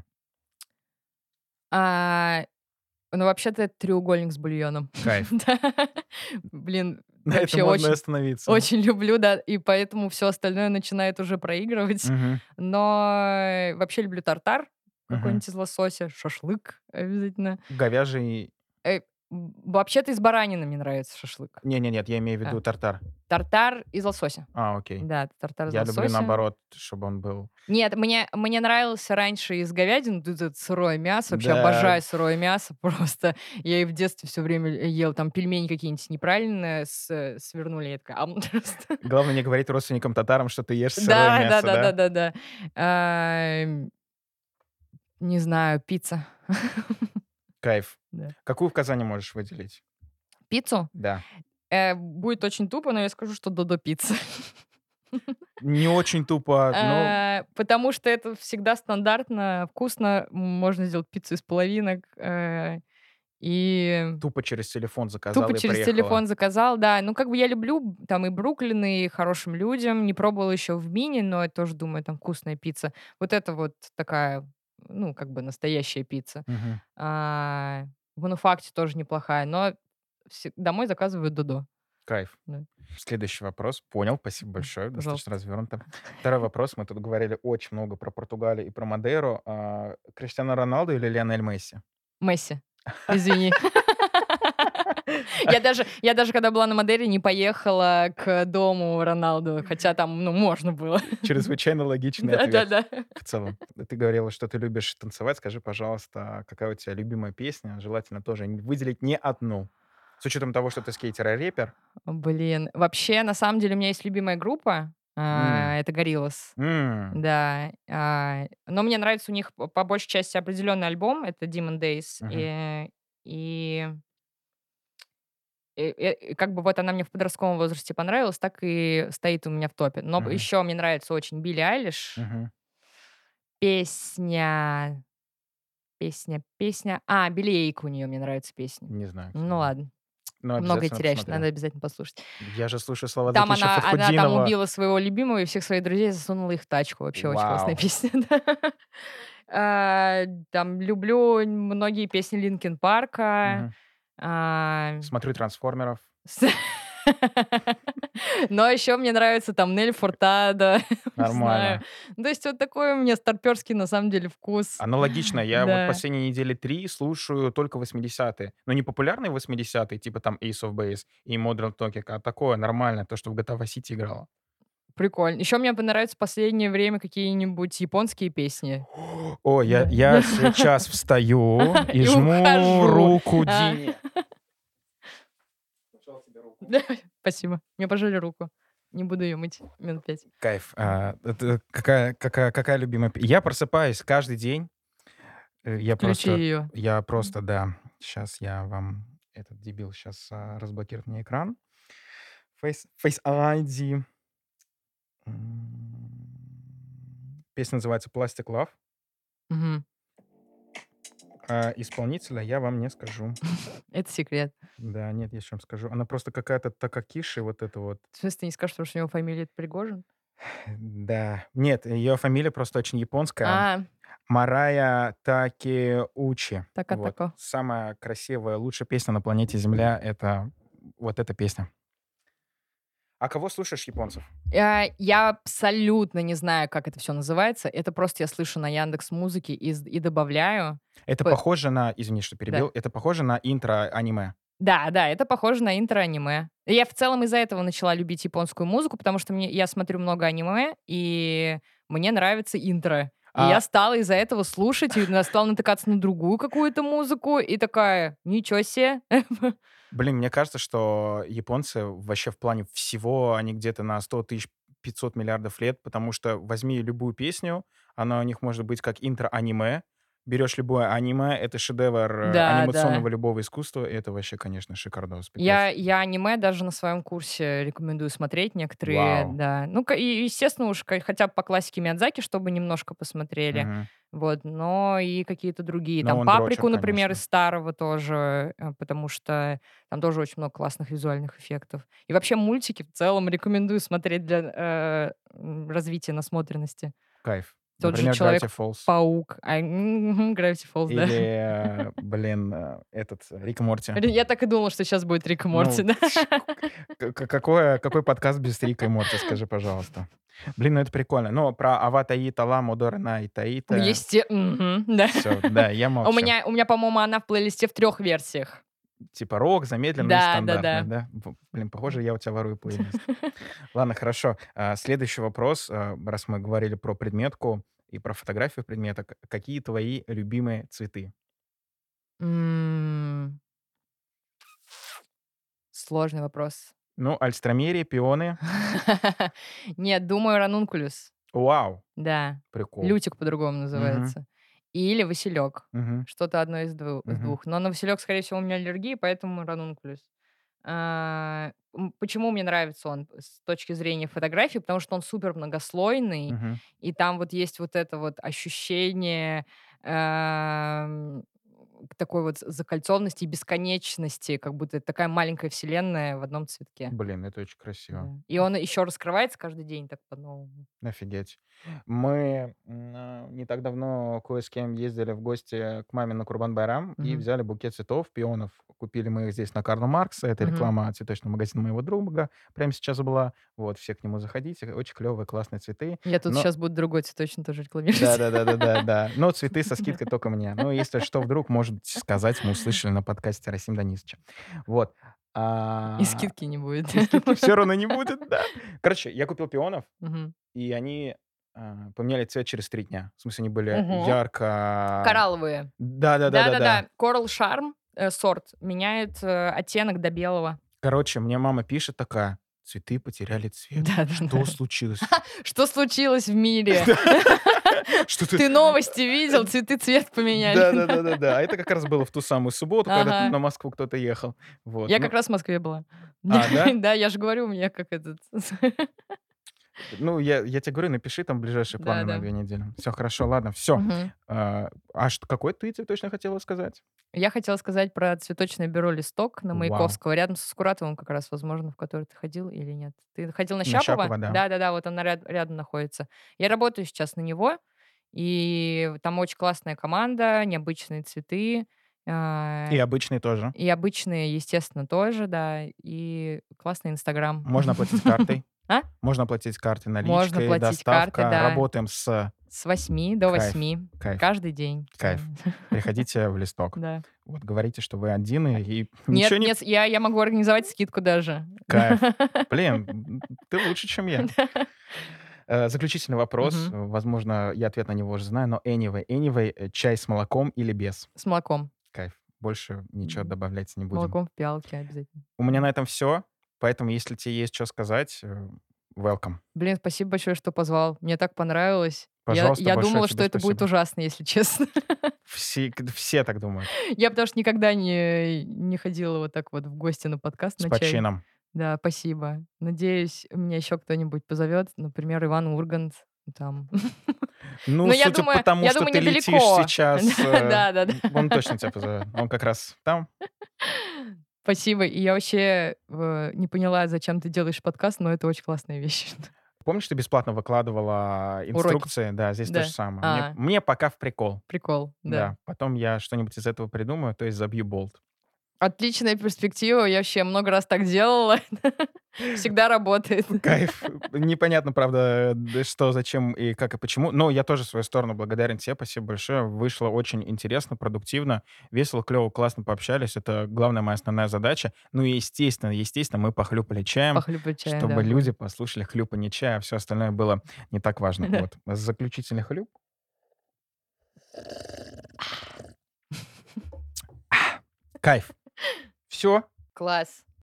А, ну, вообще-то это треугольник с бульоном. Кайф. Да. Блин, На этом вообще можно и очень остановиться. очень люблю, да, и поэтому все остальное начинает уже проигрывать. Мгм, Но вообще люблю тартар мгм. какой-нибудь из лосося, шашлык обязательно. Говяжий. Э, вообще-то из баранины мне нравится шашлык. Не, нет, я имею в А, виду тартар. тартар из лосося. Окей. Да, тартар из Я люблю, лосося. наоборот, чтобы он был. Нет, мне нравился раньше из говядины вот это сырое мясо. Вообще Да, обожаю сырое мясо просто. Я и в детстве все время ела там пельмени какие-нибудь неправильно свернули. Я такая: "Ам". Просто. главное не говорить родственникам татарам, что ты ешь сырое Да, мясо, да? да-да-да-да-да. Ам, не знаю, пицца. Кайф. Да. Какую в Казани можешь выделить? Пиццу? Да. Будет очень тупо, но я скажу, что "Додо пицца". Не очень тупо, но Потому что это всегда стандартно, вкусно. Можно сделать пиццу из половинок, и тупо через телефон заказала тупо и через приехала. телефон заказал, да. Ну, как бы я люблю там и Бруклин, и "Хорошим людям". Не пробовала еще в "Мини", но я тоже думаю, там вкусная пицца. Вот это вот такая, ну, как бы настоящая пицца. Мгм. А, в "Мануфакте" тоже неплохая, но домой заказываю "Додо". Кайф. Да. Следующий вопрос. Понял, спасибо большое, достаточно Пожалуйста. развернуто. Второй вопрос. Мы тут говорили очень много про Португалию и про Мадейру. Криштиану Роналду или Лионель Месси? Месси. Извини. Я даже когда была на Мадейре, не поехала к дому Роналду, хотя там, ну, можно было. Чрезвычайно логичный ответ Да-да-да. в целом. Ты говорила, что ты любишь танцевать. Скажи, пожалуйста, какая у тебя любимая песня? Желательно тоже выделить не одну. С учетом того, что ты скейтер и рэпер. Блин, вообще, на самом деле, у меня есть любимая группа, М, это Gorillaz. м, Да, но мне нравится у них по большей части определенный альбом, это Demon Days, мгм, и как бы вот она мне в подростковом возрасте понравилась, так и стоит у меня в топе. Но мгм, еще мне нравится очень Билли Айлиш. мгм. Песня песня. Билли Эйк у нее мне нравится песня. Не знаю, к Ну сожалению. ладно, Но многое обязательно теряешь, посмотрю. надо обязательно послушать. Я же слушаю слова Там Закича она там Фатхудинова. убила своего любимого и всех своих друзей, засунула их в тачку. Вообще очень классная Вау. песня, да. Там люблю многие песни Линкин Парка. Мгм. А, Смотрю "Трансформеров". с Но еще мне нравится там Нель Фуртадо, не знаю. Нормально. Ну, то есть вот такой у меня старперский на самом деле вкус. Аналогично. Я вот Да. последние недели 3 слушаю только 80-е. Но не популярные 80-е, типа там Ace of Base и Modern Talking, а такое нормальное, то, что в GTA Vice City играло. Прикольно. Еще мне понравятся в последнее время какие-нибудь японские песни. О, я Да. я сейчас встаю и И жму ухожу. руку А. Диме. Пожал тебе руку. Да, спасибо. Мне пожали руку. Не буду ее мыть минут 5. Кайф. Это какая любимая Я просыпаюсь каждый день. Включи ее. Я просто, да. Сейчас я вам этот дебил сейчас разблокирует мне экран. Face ID. Песня называется "Plastic Love". Мгм. А исполнителя я вам не скажу. Это секрет. Да, нет, я сейчас вам скажу. Она просто какая-то Такакиши, вот это вот. В смысле, ты не скажешь, потому что у него фамилия Пригожин? Да. Нет, ее фамилия просто очень японская. А, Марая Такеучи. Вот. така-тако. Самая красивая, лучшая песня на планете Земля — это вот эта песня. А кого слушаешь японцев? Я абсолютно не знаю, как это все называется. Это просто я слышу на Яндекс Музыке и добавляю. Это П похоже на, извини, что Да. перебил, это похоже на интро аниме. Да, да, это похоже на интро аниме. Я в целом из-за этого начала любить японскую музыку, потому что я смотрю много аниме, и мне нравится интро. И я А, стала из-за этого слушать, и стала натыкаться на другую какую-то музыку, и такая: "Ничего се". блин, мне кажется, что японцы вообще в плане всего, они где-то на 100 тысяч 500 миллиардов лет, потому что возьми любую песню, она у них может быть как интро аниме. Берешь любое аниме, это шедевр Да, анимационного да. любого искусства, и это вообще, конечно, шикардос, пипец. Я аниме даже на своем курсе рекомендую смотреть некоторые, Вау. да. Ну, и, естественно, уж хотя бы по классике Миядзаки, чтобы немножко посмотрели. Мгм. Вот, но и какие-то другие. Но Там он дрочер, «Паприку», например, из конечно. старого тоже, потому что там тоже очень много классных визуальных эффектов. И вообще мультики в целом рекомендую смотреть для развития насмотренности. Кайф. Тот же Например, Gravity Falls. Человек-паук, Gravity Falls, да. Или, блин, этот, Рик и Морти. Я так и думала, что сейчас будет Рик и Морти, Ну, да. какой подкаст без Рика и Морти, скажи, пожалуйста. Блин, ну это прикольно. Но про Аватаита, Ламу, Дорна и Таита Да. все, да, я У молчу. меня, у меня, по-моему, она в плейлисте в 3 версиях. Типа рок, замедленный и Да, стандартный, да-да. да? Блин, похоже, я у тебя ворую плейлист. Ладно, хорошо. Следующий вопрос. Раз мы говорили про предметку и про фотографию предмета, какие твои любимые цветы? М, Сложный вопрос. Ну, альстромерии, пионы. Нет, думаю, ранункулюс. Вау, Да. прикол. Лютик по-другому Мгм, называется. Или василек. мгм, Что-то одно из мгм. двух. Но на василек, скорее всего, у меня аллергия, поэтому ранункулюс. Почему мне нравится он с точки зрения фотографии? Потому что он супер многослойный, Мгм. и там вот есть вот это вот ощущение ам, такой вот закольцованности и бесконечности, как будто это такая маленькая вселенная в одном цветке. Блин, это очень красиво. Да. И он еще раскрывается каждый день так по-новому. Офигеть. Мы не так давно кое с кем ездили в гости к маме на Курбан-Байрам и Мгм. взяли букет цветов, пионов. Купили мы их здесь на Карла Маркса. Это Мгм. реклама цветочного магазина моего друга. Прямо сейчас была. Вот, все к нему заходите. Очень клевые, классные цветы. Я тут Но сейчас буду другой цветочный тоже рекламировать. да-да-да-да-да-да. Но цветы со Да. скидкой только мне. Ну, если что, вдруг, можете сказать, мы услышали на подкасте Расима Данисовича. Вот. И А, скидки не будет. и скидки все равно не будет, да. Короче, я купил пионов, Мгм. и они, поменяли цвет через 3 дня. В смысле, они были Ого. ярко. Коралловые. Да-да-да-да-да. Да-да-да. Coral Charm, сорт, меняет, оттенок до белого. Короче, мне мама пишет такая: "Цветы потеряли цвет. Да-да-да. Что случилось?" Что случилось в мире? Да. Что ты Ты новости видел? Цветы цвет поменяли. Да-да-да-да-да. А это как раз было в ту самую субботу, когда тут Ага. на Москву кто-то ехал. Вот, Я как ну. раз в Москве была. Да? Да, я же говорю, у меня как этот. Ну, я тебе говорю, напиши там ближайшие планы на Да-да. 2 недели. Все хорошо, ладно, все. Мгм. Какой ты точно хотела сказать? Я хотела сказать про цветочное бюро «Листок» на Вау. Маяковского, рядом со Скуратовым как раз, возможно, в который ты ходил или нет. Ты ходил на На Щапова? Щапова, да. Да-да-да, вот она рядом находится. Я работаю сейчас на него, и там очень классная команда, необычные цветы, И а, обычный тоже. и обычные, естественно, тоже, да, и классный Инстаграм. Можно оплатить картой. А? Можно оплатить картой, Можно наличкой, платить карты, доставка. да, Работаем с. с 8 до 8 Кайф, каждый день. Да. кайф. Приходите в "Листок". Да. Вот, говорите, что вы один, и Нет, ничего не. нет, я могу организовать скидку даже. Кайф. Блин, ты лучше, чем я. Да. Заключительный вопрос. Мгм. Возможно, я ответ на него уже знаю, но anyway, чай с молоком или без? С молоком. Кайф. Больше ничего М, добавлять не будем. Молоком в пиалке обязательно. У меня Да. на этом все, поэтому если тебе есть что сказать, welcome. Блин, спасибо большое, что позвал. Мне так понравилось. Я Пожалуйста, я большое думала, тебе что это будет спасибо. ужасно, если честно. Все так думают. Я потому что никогда не ходила вот так вот в гости на подкаст, С на чай. почином. Да, спасибо. Надеюсь, меня еще кто-нибудь позовет, например, Иван Ургант там. Ну, Но я судя по думаю тому, я что думаю, ты летишь недалеко. сейчас, Да-да-да. он точно тебя позовет. Он как раз там. Спасибо. И я вообще, не поняла, зачем ты делаешь подкаст, но это очень классная вещь. Помнишь, ты бесплатно выкладывала Уроки. инструкции? Да, здесь то же Да. самое. Мне пока в прикол. Прикол, да. Да, потом я что-нибудь из этого придумаю, то есть забью болт. Отличная перспектива. Я вообще много раз так делала. Всегда работает. Кайф. Непонятно, правда, что, зачем и как и почему. Но я тоже в свою сторону благодарен тебе. Спасибо большое. Вышло очень интересно, продуктивно, весело, клево, классно пообщались. Это главная моя основная задача. Ну и естественно, мы похлюпали чаем, Похлебать чаем, чтобы да, люди было. послушали хлюпанье чая, а все остальное было не так важно. Да. Вот. Заключительный хлюп. Кайф. Все. Класс.